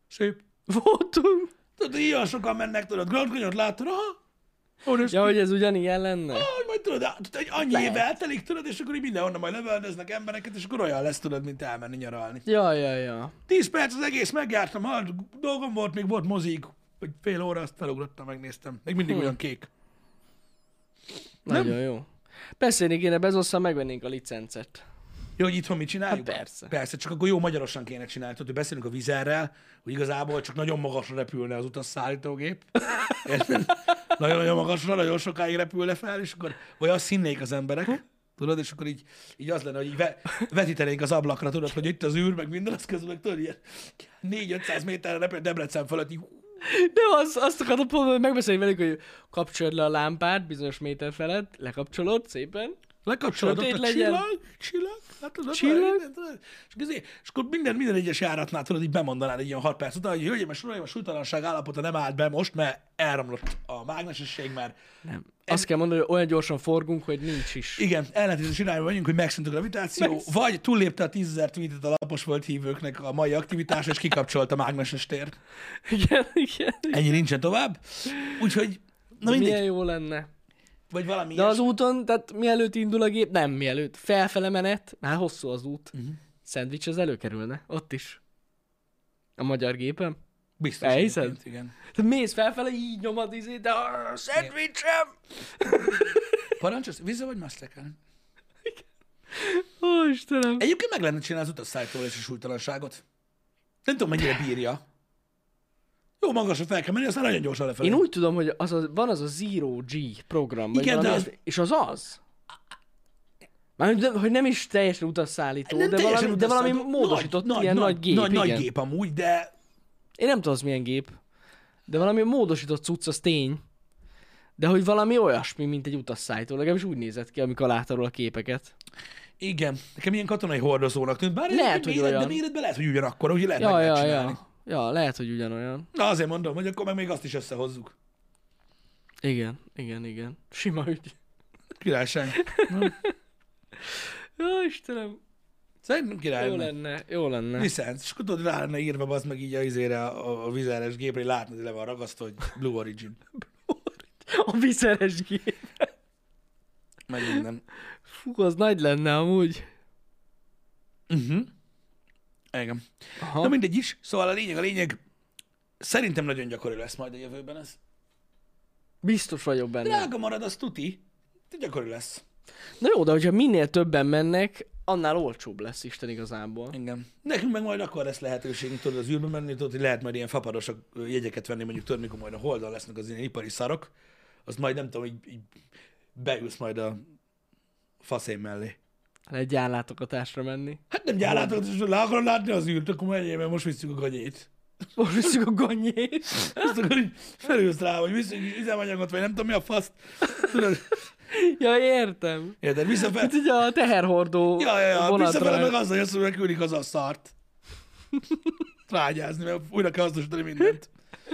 Szép. Voltunk. Tudod, ilyen sokan mennek, tudod, Grand Canyon-t látod, aha, ó, nézd Ja, ki. hogy ez ugyanilyen lenne? Ah, majd tudod, á- tudod, egy annyi Lehet. év eltelik, tudod, és akkor így mindenhonnan majd lövöldöznek embereket, és akkor olyan lesz, tudod, mint elmenni nyaralni. Ja, ja, ja. Tíz perc az egész, megjártam, ha dolgom volt, még volt mozik, hogy fél óra, azt felugrottam, megnéztem. Még mindig Hm. olyan kék. Nagyon jó. Beszélni kéne Bezosszal, megvennénk a licencet. Jó, hogy itthon mit csináljuk? Hát persze. Persze, csak akkor jó magyarosan kéne csinálni. Tudod, hogy beszélünk a Vizerrel, hogy igazából csak nagyon magasra repülne az utasszállítógép. Érted? Nagyon-nagyon magasra, nagyon sokáig repülne fel, és akkor vagy azt hinnék az emberek, tudod, és akkor így, így az lenne, hogy így ve, vetítenénk az ablakra, tudod, hogy itt az űr, meg minden, az közben meg tudod, ilyen négy-ötszáz méterre repül Debrecen fölött, így, De az, azt akartam pont, hogy megbeszélni velük, hogy kapcsolod le a lámpát bizonyos méter felett, lekapcsolod szépen. lekapcsolod ott Sötét a legyen. csillag, csillag, látod, ott Csillag. van minden, tudod, és, közé, és akkor minden, minden egyes járatnál, tudod, így bemondanád egy ilyen hat perc után, hogy hölgyeim és uraim, a súlytalanság állapota nem állt be most, mert elromlott a mágnesesség, mert Nem. Azt kell mondani, hogy olyan gyorsan forgunk, hogy nincs is. igen, ellentétes irányba vagyunk, hogy megszűnt a gravitáció, Megsz- vagy túllépte a tízezer tweetet a lapos volt hívőknek a mai aktivitás, és kikapcsolt a mágneses tér. Igen, igen. Ennyi nincsen tovább. Úgyhogy, na mindegy, Milyen jó lenne. vagy valami De az ilyesmi. úton, tehát mielőtt indul a gép, nem mielőtt, felfele menet, már hosszú az út. Mhm. Szendvics az előkerülne, ott is. A magyar gépen. Biztos. Elhiszed? egyébként, igen. Tehát mész felfele, így nyomad izé, de a szendvicsem! Parancsolsz, Visa vagy Mastercard? Ó, Istenem. Egyébként meg lenne csinálni az utasszállítóval és a súlytalanságot. Nem tudom, mennyire bírja. Jó, magasra fel kell menni, aztán nagyon gyorsan lefelé. Én úgy tudom, hogy az a, van az a Zero G program, vagy Igen, de valami, az- és az az. Mármint, de- hogy nem is teljesen utasszállító, Nem de teljesen valami, de valami utasszállító. módosított nagy, ilyen nagy, nagy gép, nagy, igen. nagy gép amúgy, de Én nem tudom, az milyen gép, de valami módosított cucc, az tény. De hogy valami olyasmi, mint egy utasszállító, legalábbis úgy nézett ki, amikor látta róla a képeket. igen, nekem ilyen katonai hordozónak tűnt. Bár Lehet, lehet, hogy méret, de olyan. méretben lehet, hogy ugyanakkor, hogy lehet Ja, meg ja, lehet csinálni. ja. Ja, lehet, hogy ugyanolyan. Na azért mondom, hogy akkor meg még azt is összehozzuk. Igen, igen, igen. Sima ügy. Királyság. Jó, Istenem. Szerintem király. Jó lenne. lenne, jó lenne. Licenc. És akkor tudod, rá lenne írva az meg így a izére, a, a vizeres gépre, hogy látni, hogy le van ragasztva, hogy Blue Origin. A viszeres gép. Meg minden. Fú, az nagy lenne amúgy. Uh-huh. Igen. Aha. Na mindegy is. Szóval a lényeg, a lényeg, szerintem nagyon gyakori lesz majd a jövőben ez. Biztos vagyok benne. Drága marad, az tuti. De gyakori lesz. Na jó, de hogyha minél többen mennek, annál olcsóbb lesz Isten igazából. Igen. Nekünk meg majd akkor lesz lehetőségünk, tudod, az űrbe menni, tudod, hogy lehet majd ilyen fapadosak jegyeket venni, mondjuk tudod, mikor majd a Holdon lesznek az ilyen ipari szarok, azt majd nem tudom, így, így beülsz majd a faszém mellé. Egy gyárlátogatásra menni. Hát nem gyárátok, és le akarod látni az űrt, akkor menjél, mert most visszük a ganyét. Most visszük a ganyét. Azt akkor így felülsz rá, hogy visszük üzemanyagot, vagy nem tudom mi a fasz. Tudod, Ja, értem. érted, visszafele. Hát ugye a teherhordó Ja, ja, ja, vonatra. visszafele meg azzal jössz, hogy küldik haza a szart. Rágyázni, mert újra kell hasznosítani mindent.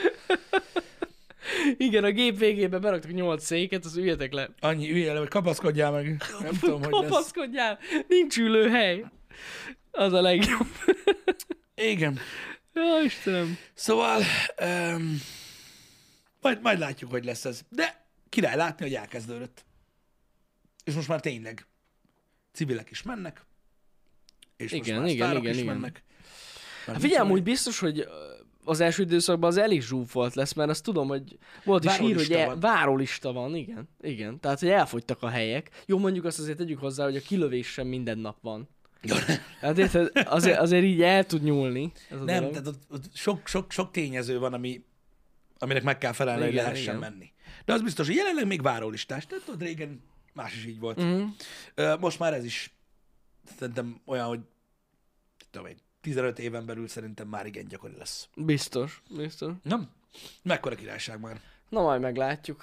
Igen, a gép végébe beraktak nyolc széket, az üljetek le. Annyi üljél le, hogy kapaszkodjál meg. Nem tudom, hogy lesz. Kapaszkodjál, nincs ülőhely. Az a legjobb. Igen. Ja, Istenem. Szóval, um, majd, majd látjuk, hogy lesz ez. De király látni, hogy elkezdődött. És most már tényleg civilek is mennek. És most Igen, már igen, sztárok igen, is igen. mennek. Hát figyelj, úgy biztos, hogy ö, az első időszakban az elég zsúfolt lesz, mert azt tudom, hogy volt is hír, hogy Várólista el, van. várólista van, igen, igen. Tehát, hogy elfogytak a helyek. Jó, mondjuk azt azért tegyük hozzá, hogy a kilövés sem minden nap van. Hát érted, azért, azért így el tud nyúlni. Ez a Nem, dolog. tehát ott, ott sok, sok, sok tényező van, ami, aminek meg kell felelni, hogy Igen, lehessen igen. menni. De az biztos, hogy jelenleg még várólistás. Tehát ott régen más is így volt. Mhm. Ö, Most már ez is szerintem olyan, hogy tudom én, tizenöt éven belül szerintem már igen gyakori lesz. Biztos, biztos. Nem? Mekkora királyság már. Na majd meglátjuk.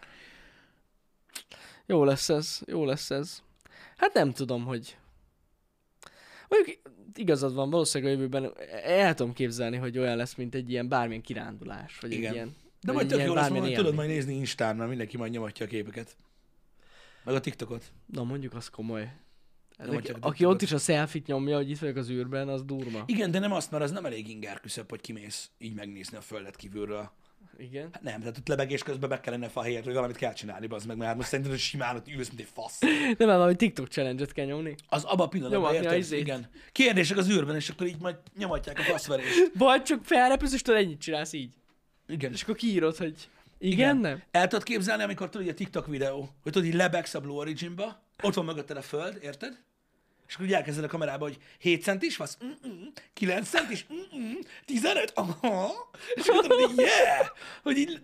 Jó lesz ez, jó lesz ez. Hát nem tudom, hogy... Mondjuk igazad van, valószínűleg a jövőben el tudom képzelni, hogy olyan lesz, mint egy ilyen bármilyen kirándulás, vagy Igen. egy ilyen... De vagy majd egy tök ilyen jó lesz, bármilyen majd tudod élmény. majd nézni Instán, mert mindenki majd nyomatja a képeket. Meg a TikTokot. Na mondjuk az komoly. Nyomatják a Aki TikTokot. ott is a selfie-t nyomja, hogy itt vagyok az űrben, az durva. Igen, de nem azt, mert az nem elég inger küszöb, hogy kimész így megnézni a földet kívülről. Igen. Hát nem, tehát ott lebegés közben be kellene fa helyet, hogy valamit kell csinálni, bazd meg, mert hát most szerintem hogy simán ott ülsz, mint egy fasz. Nem, mert valami TikTok challenge-et kell nyomni. Az abban a pillanatban, Nyomatni a érted? izét. Igen. Kérdések az űrben, és akkor így majd nyomatják a faszverést. Vagy csak felrepülsz, és tudod, ennyit csinálsz így. Igen. És akkor kiírod, hogy igen, nem? El tudod képzelni, amikor tudod, hogy a TikTok videó, hogy tudod, így lebegsz a Blue Origin-ba, ott van mögötted a föld, érted? És akkor úgy elkezded a kamerába, hogy hét centis fasz, mm-mm, kilenc centis, mm-mm, tizenöt, aha, és akkor tudod, hogy yeah, hogy így,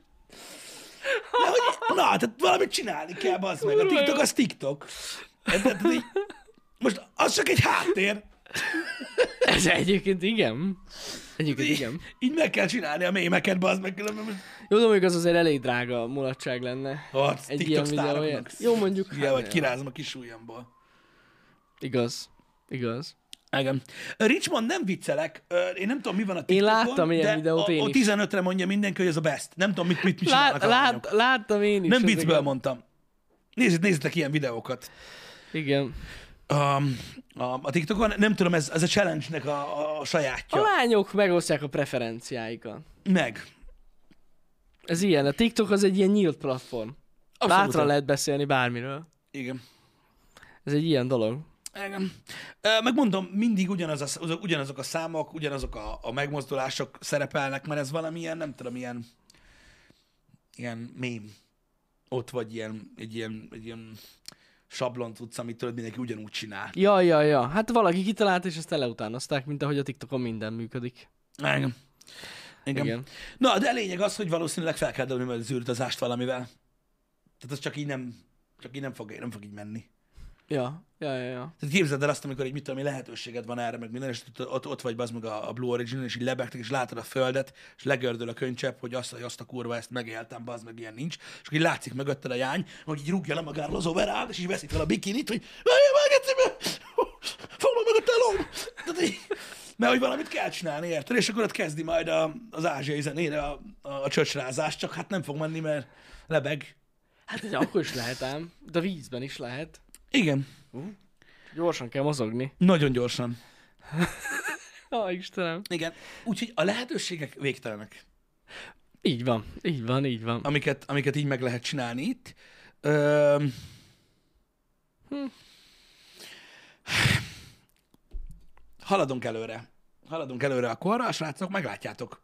na, hogy, na, tehát valamit csinálni kell, bazd meg, a TikTok az TikTok. Tehát, így, most az csak egy háttér. Ez egyébként igen. Egyébként Így, igen. így meg kell csinálni a mémeket, bazd meg, különben most... Jó, de mondjuk az azért elég drága mulatság lenne. Hát, Egy TikTok ilyen sztároknak. videóért. Jó, mondjuk. Igen, hát, vagy ja. kirázom a kis ujjamból. Igaz. Igaz. Igen. Richmond, nem viccelek, Ö, én nem tudom, mi van a TikTokon, láttam ilyen de videót a, én a is. tizenötre mondja mindenki, hogy ez a best. Nem tudom, mit, mit, mit Lát, csinálnak a lányok. lát, láttam én is. Nem ezeket. viccből mondtam. Nézzétek, nézzétek ilyen videókat. Igen. Um, a, a TikTokon, nem tudom, ez, ez a challenge-nek a, a, a sajátja. A lányok megosztják a preferenciáikat. Meg. Ez ilyen. A TikTok az egy ilyen nyílt platform. Abszolút. Bátran lehet beszélni bármiről. Igen. Ez egy ilyen dolog. Igen. Ö, Meg mondom, mindig ugyanaz a, az- ugyanazok a számok, ugyanazok a, a megmozdulások szerepelnek, mert ez valamilyen, nem tudom, ilyen ilyen mém. Ott vagy ilyen, egy ilyen, egy ilyen sablon tudsz, amit tudod, mindenki ugyanúgy csinál. Ja, ja, ja. Hát valaki kitalálta, és ezt leutánozták, mint ahogy a TikTokon minden működik. Igen. Igen. Igen. Igen. Na, de a lényeg az, hogy valószínűleg fel kell dobni majd az űrutazást valamivel. Tehát az csak így nem, csak így nem fog, nem fog így menni. Ja, ja, ja, ja. Tehát képzeld el azt, amikor egy mit tudom, én, lehetőséged van erre, meg minden, és ott, ott vagy bazd meg a, a Blue Origin, és így lebegtek, és látod a földet, és legördül a könycsepp, hogy azt, hogy azt a kurva, ezt megéltem, bazd meg, ilyen nincs. És akkor így látszik mögötted a jány, hogy így rúgja le magáról az overall, és így veszik fel a bikinit, hogy várjál már, geci, fogom mögött a lom. Tehát így, mert hogy valamit kell csinálni, érted? És akkor ott kezdi majd a, az ázsiai zenére a, a, a csöcsrázás, csak hát nem fog menni, mert lebeg. Hát egy akkor is lehet ám, de a vízben is lehet. Igen, Gyorsan kell mozogni. nagyon gyorsan. Ó, Istenem. Igen, úgyhogy a lehetőségek végtelenek, Így van, így van, így van. amiket, amiket így meg lehet csinálni itt. Ö... Hm. Haladunk előre. Haladunk előre a korra, srácok, meglátjátok.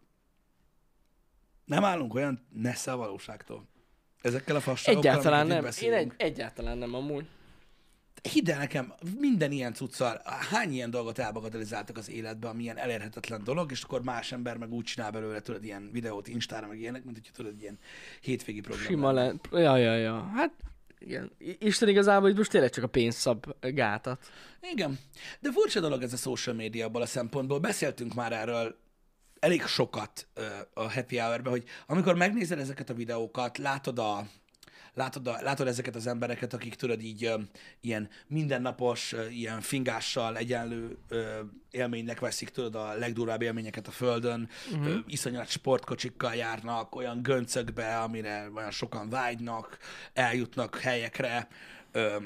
Nem állunk olyan messze a valóságtól. Ezekkel a fasságokkal, Egyáltalán amiket nem. itt Én beszélünk. egy, egyáltalán nem amúgy. Hidd el nekem, minden ilyen cuccal, hány ilyen dolgot elbagatelizáltak az életbe, ami ilyen elérhetetlen dolog, és akkor más ember meg úgy csinál belőle, tudod, ilyen videót Instára, meg ilyenek, mint hogy tudod, ilyen hétvégi program. Sima lenne. le. Ja, ja, ja. Hát igen. I- Isten igazából itt most tényleg csak a pénz szab gátat. Igen, de furcsa dolog ez a social media abból a szempontból. Beszéltünk már erről elég sokat ö, a Happy Hour-ben, hogy amikor megnézed ezeket a videókat, látod a Látod, a, látod ezeket az embereket, akik tudod így ö, ilyen mindennapos, ö, ilyen fingással egyenlő ö, élménynek veszik, tudod, a legdurvább élményeket a Földön, uh-huh. ö, iszonyat sportkocsikkal járnak, olyan göncökbe, amire olyan sokan vágynak, eljutnak helyekre, ö,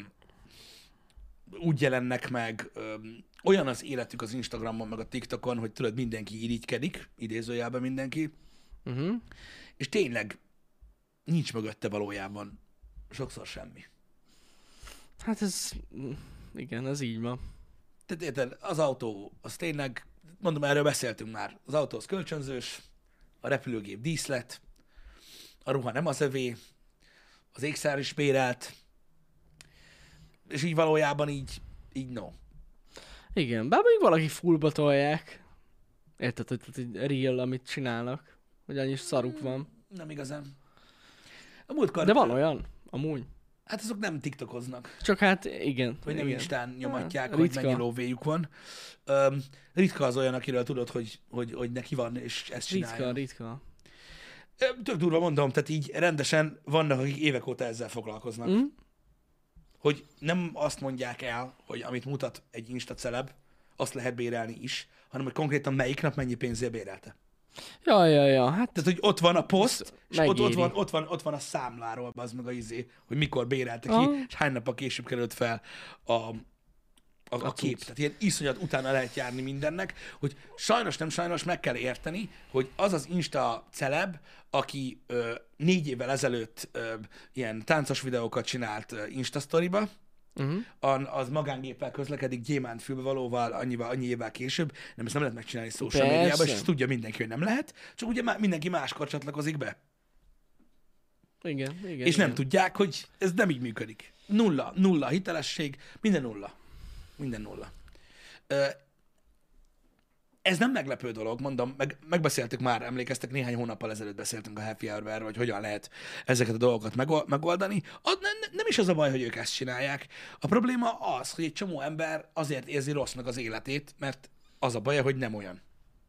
úgy jelennek meg, ö, olyan az életük az Instagramon, meg a TikTokon, hogy tudod, mindenki irigykedik, idézőjelben mindenki, Uh-huh. és tényleg nincs mögötte valójában sokszor semmi. Hát ez... Igen, ez így van. Tehát érted, az autó, az tényleg, mondom, erről beszéltünk már, az autó az kölcsönzős, a repülőgép díszlet, a ruha nem az övé, az ékszer is bérelt, és így valójában így, így no. Igen, bár még valaki fullba tolják. Érted, hogy hogy egy real, amit csinálnak. Hogy annyi szaruk van. Nem igazán. A múltkor, De van olyan, amúgy. hát azok nem tiktokoznak, Csak hát igen. vagy nem igen. Instán nyomatják, Ah, hogy ritka. mennyi lóvéjuk van. Öm, ritka az olyan, akiről tudod, hogy, hogy, hogy neki van, és ezt csinálja. Ritka, ritka. Ö, Tök durva mondom, tehát így rendesen vannak, akik évek óta ezzel foglalkoznak. Mm? Hogy nem azt mondják el, hogy amit mutat egy Insta celeb, azt lehet bérelni is, hanem hogy konkrétan melyik nap mennyi pénzért bérelte. Ja, ja, ja, hát Tehát, hogy ott van a poszt, és ott, ott, megéri. van, ott, van, ott van a számláról, az meg a izé, hogy mikor bérelte ki, Aha. és hány nappal később került fel a, a, a kép. Tehát ilyen iszonyat utána lehet járni mindennek, hogy sajnos nem sajnos meg kell érteni, hogy az az Insta celeb, aki ö, négy évvel ezelőtt ö, ilyen táncos videókat csinált ö, Insta sztoriba, uh-huh. az magángéppel közlekedik gyémánt fülbevalóval annyival, annyi évvel később, nem, ezt nem lehet megcsinálni social médiában, és ezt tudja mindenki, hogy nem lehet, csak ugye má, mindenki máskor csatlakozik be. Igen, igen. És igen. nem tudják, hogy ez nem így működik. Nulla, nulla hitelesség, minden nulla. Minden nulla. Ez nem meglepő dolog, mondom, meg, megbeszéltük már, emlékeztek, néhány hónappal ezelőtt beszéltünk a Happy Hour-ről, hogy hogyan lehet ezeket a dolgokat megoldani. Az, nem, nem is az a baj, hogy ők ezt csinálják. A probléma az, hogy egy csomó ember azért érzi rossznak az életét, mert az a baja, hogy nem olyan.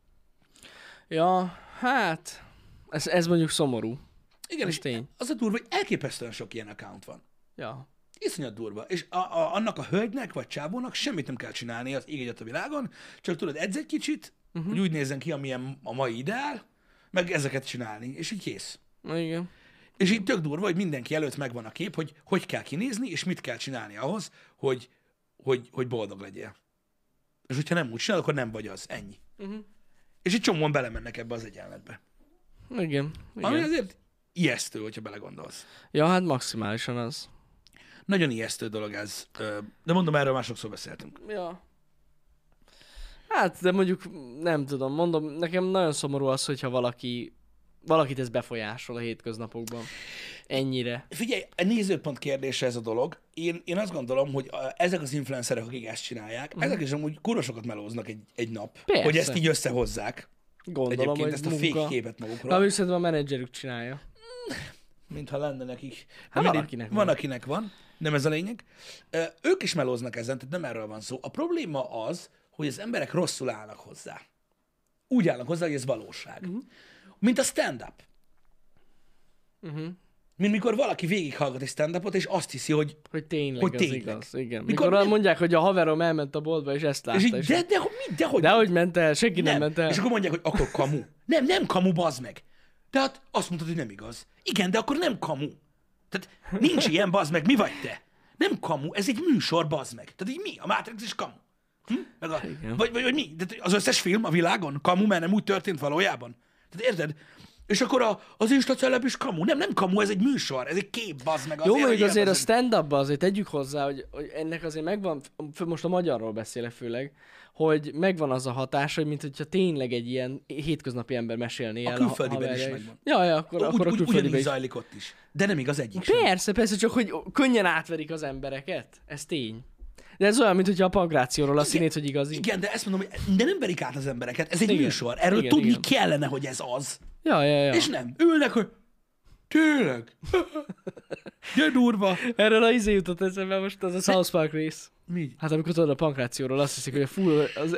Ja, hát, ez, ez mondjuk szomorú. Igen, ez és tény. Az a durva, hogy elképesztően sok ilyen account van. Ja. Iszonyat durva. És a, a, annak a hölgynek, vagy csávónak semmit nem kell csinálni az ég egyet a világon, csak tudod, edz egy kicsit, uh-huh. hogy úgy nézzen ki, amilyen a mai ideál, meg ezeket csinálni, és így kész. Igen. És így tök durva, hogy mindenki előtt megvan a kép, hogy hogy kell kinézni, és mit kell csinálni ahhoz, hogy, hogy, hogy boldog legyél. És hogyha nem úgy csinálod, akkor nem vagy az. Ennyi. Uh-huh. És egy csomóan belemennek ebbe az egyenletbe. Igen. Igen. Ami azért ijesztő, hogyha belegondolsz. Ja, hát maximálisan az. Nagyon ijesztő dolog ez. De mondom, erről már sokszor beszéltünk. Ja. Hát, de mondjuk nem tudom, mondom, nekem nagyon szomorú az, hogyha valaki, valakit ez befolyásol a hétköznapokban. Ennyire. Figyelj, a nézőpont kérdése ez a dolog. Én, én azt gondolom, hogy a, ezek az influencerek, akik ezt csinálják, uh-huh. ezek is amúgy kurva meglóznak egy, egy nap, Persze. hogy ezt így összehozzák. Gondolom, egyébként hogy ezt a munka... fake képet magukról. Na, szerintem a menedzserük csinálja. Mintha lenne nekik. Hát van, valakinek van. Van, akinek van. Nem ez a lényeg. Ők is melóznak ezen, tehát nem erről van szó. A probléma az, hogy az emberek rosszul állnak hozzá. Úgy állnak hozzá, hogy ez valóság. Uh-huh. Mint a stand-up. Uh-huh. Mint mikor valaki végighallgat egy stand-upot, és azt hiszi, hogy Hogy tényleg hogy az tényleg. igaz. Igen. Mikor Mikor nem... mondják, hogy a haverom elment a boltba, és ezt látta. És így, és de, de, de, mi, de, hogy? de hogy ment el? Senki nem, nem ment el. És akkor mondják, hogy akkor kamu. Nem, nem kamu, bazd meg. Tehát azt mondtad, hogy nem igaz. Igen, de akkor nem kamu. Tehát nincs ilyen, bazd meg, mi vagy te? Nem kamu, ez egy műsor, bazd meg. Tehát így mi? A Matrix is kamu. Hm? Meg a, vagy, vagy, vagy mi? De az összes film a világon kamu, mert nem úgy történt valójában. Tehát érted? És akkor a, az Insta celeb is kamu. Nem, nem kamu, ez egy műsor, ez egy kép, bazd meg. Jó, mondjuk azért a az... stand-upban azért tegyük hozzá, hogy, hogy ennek azért megvan, most a magyarról beszélek főleg, hogy megvan az a hatás, hogy mint hogyha tényleg egy ilyen hétköznapi ember mesélné el. A külföldiben is megvan. Ja, ja, akkor, úgy, akkor a úgy, külföldiben ugyanígy is. zajlik ott is. De nem igaz egyik sem. Persze, persze, csak hogy könnyen átverik az embereket. Ez tény. De ez olyan, mint hogyha a pankrációról azt hinnéd, hogy igazi. Igen, de ezt mondom, hogy de nem verik át az embereket. Ez egy Igen. műsor. Erről Igen, tudni igen. kellene, hogy ez az. Ja, ja, ja. És nem. Ülnek, hogy tényleg? De durva. Erről a izé jutott eszembe most az a South Park rész. Mi? Hát amikor tudod a pankrációról azt hiszik, hogy a full az...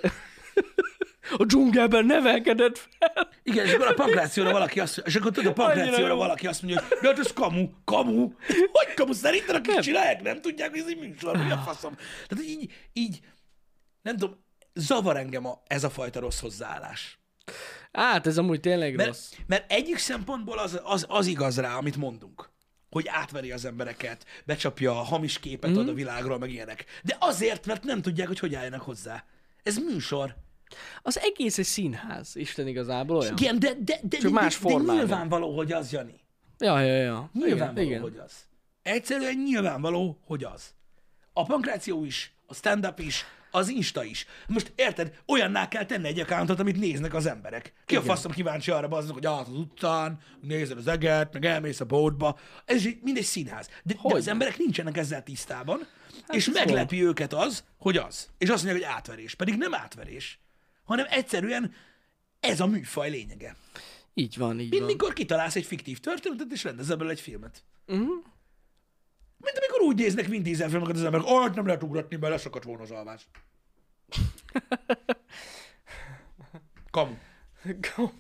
a dzsungelben nevelkedett fel. Igen, és akkor a pankrációra valaki azt és akkor tudod, a pankrációra jó. valaki azt mondja, hogy de hát ez kamu, kamu. Hogy kamu? Szerinted akik csinálják, nem tudják, hogy ez egy műsor, hogy a faszom. Tehát így, így, nem tudom, zavar engem a, ez a fajta rossz hozzáállás. Hát ez amúgy tényleg Mert, rossz. mert egyik szempontból az, az, az igaz rá, amit mondunk. Hogy átveri az embereket, becsapja a hamis képet mm. ad a világról, meg ilyenek. De azért, mert nem tudják, hogy hogy álljanak hozzá. Ez műsor. Az egész egy színház, Isten igazából olyan. Igen, de, de, de, Csak de, más de, de formában. nyilvánvaló, hogy az, Jani. Ja, ja, ja. Nyilvánvaló, igen, igen. hogy az. Egyszerűen nyilvánvaló, hogy az. A pankráció is, a stand-up is, az Insta is. Most érted, olyanná kell tenni egy accountot, amit néznek az emberek. Ki igen. a faszom kíváncsi arra, bazdok, hogy állsz az utcán, nézed az eget, meg elmész a boltba. Ez mindegy színház. De, de az emberek nincsenek ezzel tisztában, hát és meglepi szó. őket az, hogy az. És azt mondják, hogy átverés. Pedig nem átverés, hanem egyszerűen ez a műfaj lényege. Így van, így Mint van. mikor kitalálsz egy fiktív történetet, és rendezel belőle egy filmet. Uh-huh. Mint amikor úgy néznek Vin Diesel filmeket az emberek, oh, nem lehet ugratni, mert leszakadt volna az alvás. Kamu. Kamu.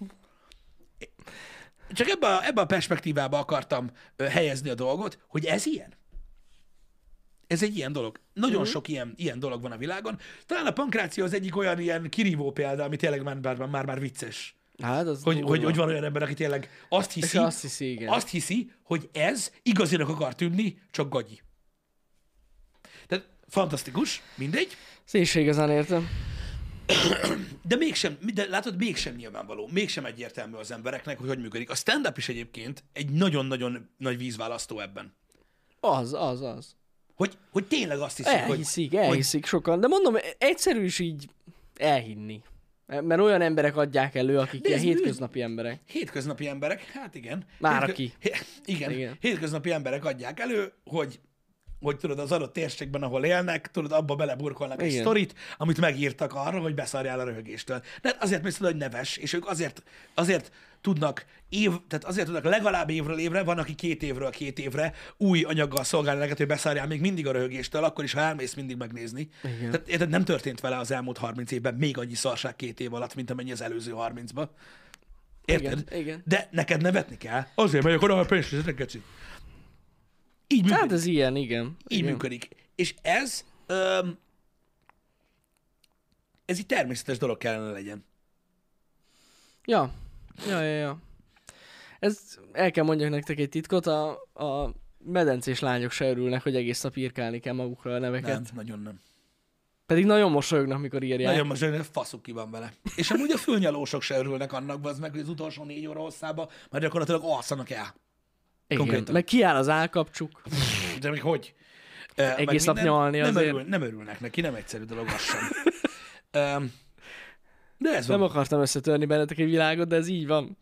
Csak ebbe a, ebbe a perspektívába akartam ö, helyezni a dolgot, hogy ez ilyen. Ez egy ilyen dolog. Nagyon uh-huh. sok ilyen, ilyen dolog van a világon. Talán a pankráció az egyik olyan ilyen kirívó példa, ami tényleg már, már, már, már vicces. Hát az hogy, hogy, hogy van olyan ember, aki tényleg azt hiszi, azt hiszi, igen. azt hiszi, hogy ez igazinak akar tűnni, csak gagyi. Tehát Fantasztikus, mindegy. Ezt én sem igazán értem. De mégsem, de látod, mégsem nyilvánvaló, mégsem egyértelmű az embereknek, hogy hogy működik. A stand-up is egyébként egy nagyon-nagyon nagy vízválasztó ebben. Az, az, az. Hogy, hogy tényleg azt hiszik, Elhiszik, hogy... elhiszik sokan. De mondom, egyszerű is így elhinni. Mert olyan emberek adják elő, akik ilyen ez hétköznapi emberek. Hétköznapi emberek, hát igen. Már Hétkö... aki. Hé... Igen. Igen. Hétköznapi emberek adják elő, hogy hogy tudod, az adott térségben, ahol élnek, tudod, abba beleburkolnak egy Igen. sztorit, amit megírtak arra, hogy beszarjál a röhögéstől. De hát azért mész, hogy neves, és ők azért, azért tudnak év, tehát azért tudnak legalább évről évre, van, aki két évről két évre új anyaggal szolgálni neked, hogy beszarjál még mindig a röhögéstől, akkor is, ha elmész mindig megnézni. Igen. Tehát érted, nem történt vele az elmúlt harminc évben még annyi szarság két év alatt, mint amennyi az előző harmincban. Érted? Igen, igen. De neked nevetni kell. Azért megyek oda, mert pénzt fizetek, geci. Így működik. Hát ez ilyen, igen. Így igen. működik. És ez, öm, ez így természetes dolog kellene legyen. Ja. Ja, ja, ja. Ez, el kell mondjak nektek egy titkot, a, a medencés lányok se örülnek, hogy egész nap írkálni kell magukra a neveket. Nem, nagyon nem. Pedig nagyon mosolyognak, mikor írják. Nagyon most olyan faszuk ki van vele. És amúgy a fülnyalósok se örülnek annak, az meg, hogy az utolsó négy óra hosszába már gyakorlatilag alszanak el. Igen. konkrétan. Meg kiáll az állkapcsuk. De még hogy? Meg Egész nap minden, nyalni nem, azért. örül, nem örülnek neki, nem egyszerű dolog az sem. Öm, De ez van. Nem akartam összetörni bennetek egy világot, de ez így van.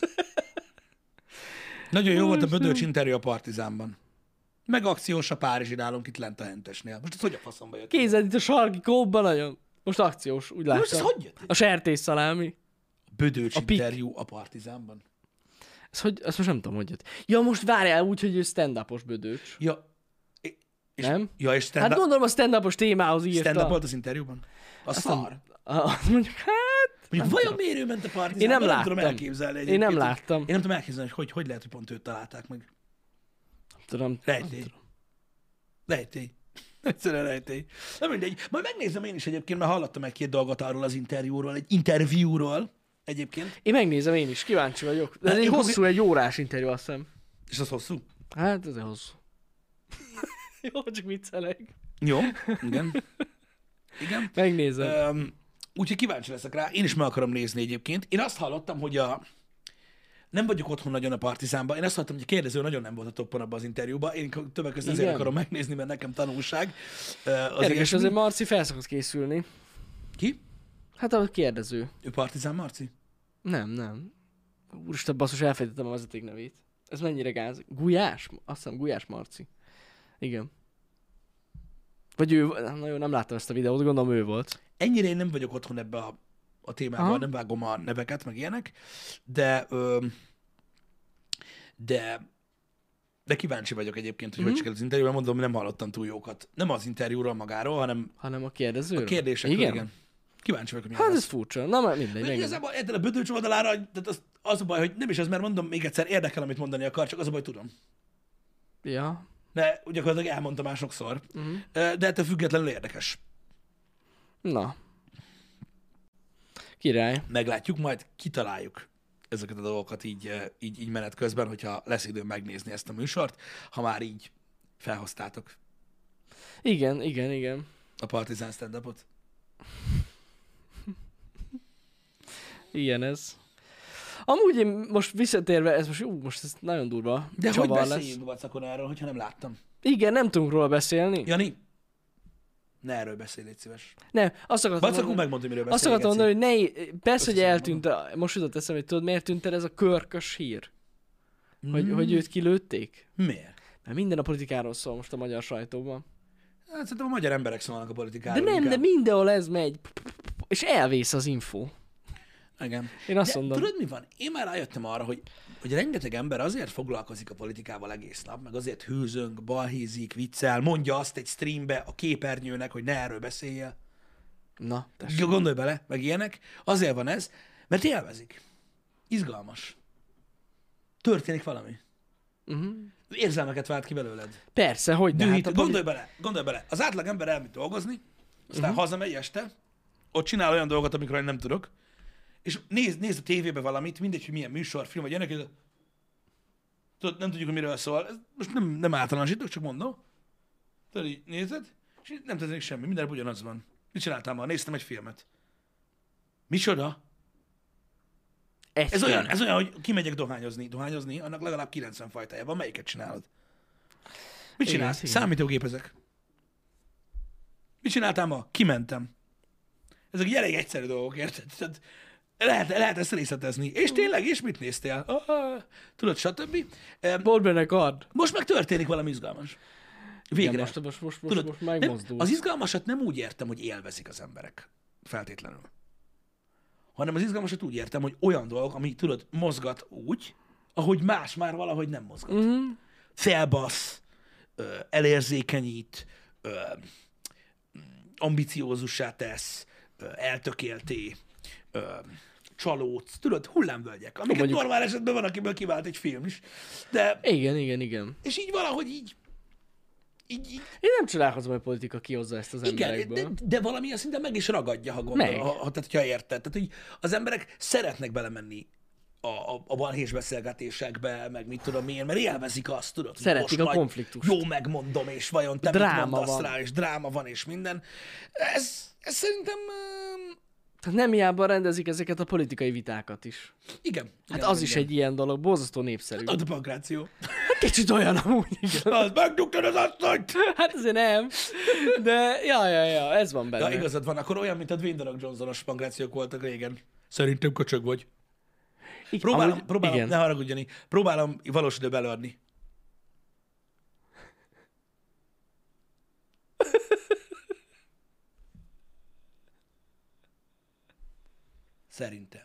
Nagyon jó Ó, volt a Istenem. Bödöcs interjú a Partizánban. Meg akciós a Párizsi nálunk itt lent a Hentesnél. Most ez hogy a faszomba jött? Kézed itt a sarki kóba nagyon. Most akciós, úgy láttam. Most ez hogy jött? A sertés szalámi. Bödöcs A pik. interjú a Partizánban. Ez hogy, ezt most nem tudom, hogy jött. Ja, most várjál úgy, hogy ő stand-upos Bödöcs. Ja. És, Nem? Ja, és stand-up, Hát gondolom a stand-upos témához írta. stand-up volt az interjúban? Az Aztán- szar. Azt mondjuk, hát... Mondjuk, nem vajon tudom. miért ő ment a Partizánba? Én nem nem láttam. tudom elképzelni Én nem egyébként, hogy- láttam. Én nem tudom elképzelni, hogy hogy, hogy lehet, hogy pont őt találták meg. Tudom. Rejtély. Rejtély. Egyszerűen rejtély. Nem mindegy. Majd megnézem én is egyébként, mert hallottam egy-két dolgot arról az interjúról, egy interjúról egyébként. Én megnézem én is, kíváncsi vagyok. De ez Hát egy én hosszú, egy órás interjú, azt hiszem. És az hosszú. Hát, ez egy hosszú. Jó, csak viccelek. Jó, igen. Igen. Megnézem. Um, úgyhogy kíváncsi leszek rá. Én is meg akarom nézni egyébként. Én azt hallottam, hogy a... Nem vagyok otthon nagyon a Partizánban. Én azt hallottam, hogy a kérdező nagyon nem volt a toppon abban az interjúban. Én többek között ezért Igen. akarom megnézni, mert nekem tanulság. Uh, az Érdekes, ilyesmi. azért Marci fel szokott készülni. Ki? Hát a kérdező. Ő Partizán Marci? Nem, nem. Úristen, basszus, elfejtettem a vezeték nevét. Ez mennyire gáz? Gulyás? Azt hiszem, Gulyás Marci. Igen. Vagy ő, na jó, nem láttam ezt a videót, gondolom ő volt. Ennyire én nem vagyok otthon ebbe a, a témában, Aha. nem vágom a neveket, meg ilyenek, de ö, de de kíváncsi vagyok egyébként, hogy Mhm. hogy sikerült az interjú, mert mondom, nem hallottam túl jókat. Nem az interjúról magáról, hanem Hanem a kérdezőről. a kérdésekről, igen. Igen? Kíváncsi vagyok, hogy milyen Hát ez lesz. furcsa. Na, már mindegy. De Meg... igazából érted a Bödöcs oldalára, tehát az, az a baj, hogy nem is az, mert mondom még egyszer, érdekel, amit mondani akar, csak az a baj, tudom. Ja. De gyakorlatilag elmondtam már sokszor. Uh-huh. De ettől függetlenül érdekes. Na. Király. Meglátjuk, majd kitaláljuk ezeket a dolgokat így, eh, így, így menet közben, hogyha lesz időm megnézni ezt a műsort, ha már így felhoztátok Igen, igen, igen. a Partizán stand-upot. Ilyen ez. Amúgy én most visszatérve, ez most, ú, most ez nagyon durva De hogy csavar lesz. beszéljünk vacakon erről, hogyha nem láttam? Igen, nem tudunk róla beszélni. Jani, ne erről beszélj, légy szíves. Nem, azt akartam Vacakon mondani, megmondta, miről azt beszélj. akartam mondani, hogy ne, persze, hogy Összeszedem eltűnt, a, most jutott eszembe, hogy tudod, miért tűnt el ez a körkös hír? Hogy, Hmm. hogy őt kilőtték? Miért? Mert minden a politikáról szól most a magyar sajtóban. Hát szerintem a magyar emberek szólnak a De politikáról. nem, de inkább. mindenhol ez megy, és elvész az info. Igen. Én azt De mondom. tudod, mi van? Én már rájöttem arra, hogy, hogy rengeteg ember azért foglalkozik a politikával egész nap, meg azért hőzöng, balhézik, viccel, mondja azt egy streambe a képernyőnek, hogy ne erről beszélje. Na, tessék. Jó, gondolj bele, meg ilyenek. Azért van ez, mert élvezik. Izgalmas. Történik valami. Uh-huh. Érzelmeket vált ki belőled. Persze, hogy de Dühít, hát a poli- gondolj bele, gondolj bele. Az átlag ember elmegy dolgozni, aztán Mhm. uh-huh. hazamegy este, ott csinál olyan dolgot, amikről én nem tudok, és néz, néz a tévébe valamit, mindegy, hogy milyen műsor, film, vagy ilyenek, és tudod, nem tudjuk, hogy miről szól. Ez most nem, nem általánosítok, csak mondom. Tudod, így nézed, És nem történik semmi, minden ugyanaz van. Mit csináltam ma? Néztem egy filmet. Micsoda? Egy Ez olyan, film. ez olyan, hogy kimegyek dohányozni. Dohányozni, annak legalább kilencven fajtája van. Melyiket csinálod? Mit Igen, csinálsz? igen. Számítógépezek. Mit csináltál ma? Kimentem. Ezek egy elég egyszerű dolgok, érted? Tehát lehet, lehet ezt részletezni. És tényleg, és mit néztél? Ah, tudod, stb. Em, Volt benne kard. Most meg történik valami izgalmas. Végre. Igen, most, most, most, most, Tudod, most nem, megmozdult. az izgalmasat nem úgy értem, hogy élvezik az emberek. Feltétlenül. Hanem az izgalmasat úgy értem, hogy olyan dolgok, ami tudod, mozgat úgy, ahogy más már valahogy nem mozgat. Mhm. Felbasz, ö, elérzékenyít, ö, ambiciózussá tesz, ö, eltökélté, ö, csalódsz, tudod, hullámvölgyek, amiket Mondjuk- normál esetben van, akiből kivált egy film is. De, Igen, igen, igen. és így valahogy így, így, így Én nem csodálkozom, hogy a politika kihozza ezt az igen, emberekből. de, de valamilyen szinten meg is ragadja, ha gondol, Meg. ha, ha, tehát, ha érted. Tehát, hogy az emberek szeretnek belemenni a, a, a balhés beszélgetésekbe, meg mit tudom én, mert élvezik azt, tudod. hogy Szeretik most a majd konfliktust. Jó megmondom, és vajon te Dráma mit mondasz van. rá, és dráma van, és minden. Ez, ez szerintem, öm, Tehát nem hiába rendezik ezeket a politikai vitákat is. igen. Hát igen, az igen. is egy ilyen dolog, borzasztó népszerű. Ott a pankráció. Kicsit olyan amúgy, igen. Az megdugtad az asszonyt! Hát azért nem. De, ja, ja, ja, ez van benne. Ja, igazad van, akkor olyan, mint a Dwayne The Rock Johnsonos pankrációk voltak régen. Szerintem köcsög vagy. Igen, Próbálom, amúgy- próbálom igen. ne haragudjani, próbálom valós időben előadni. Szerintem.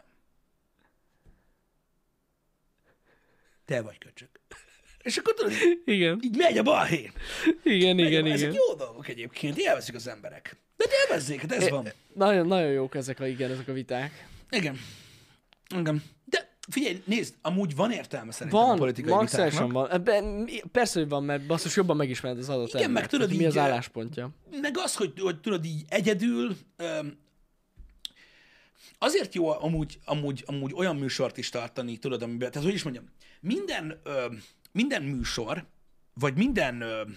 Te vagy köcsög. És akkor tudod, Igen, így megy a balhé. igen, Megy a igen, bal- Ezek igen. jó dolgok egyébként, élvezik az emberek. De élvezzék, hát ez van. Nagyon, nagyon jók ezek a, igen, ezek a viták. Igen. Igen. De figyelj, nézd, amúgy van értelme szerintem a Van, politikai maximálisan vitáknak. van. Ebben, persze, hogy van, mert basszus jobban megismered az adott Igen, meg embert, tudod hogy mi így, az eh, álláspontja. Meg az, hogy, hogy tudod így egyedül, öm, azért jó amúgy, amúgy, amúgy olyan műsort is tartani, tudod, amiben, tehát hogy is mondjam, minden, öm, minden műsor, vagy minden öm,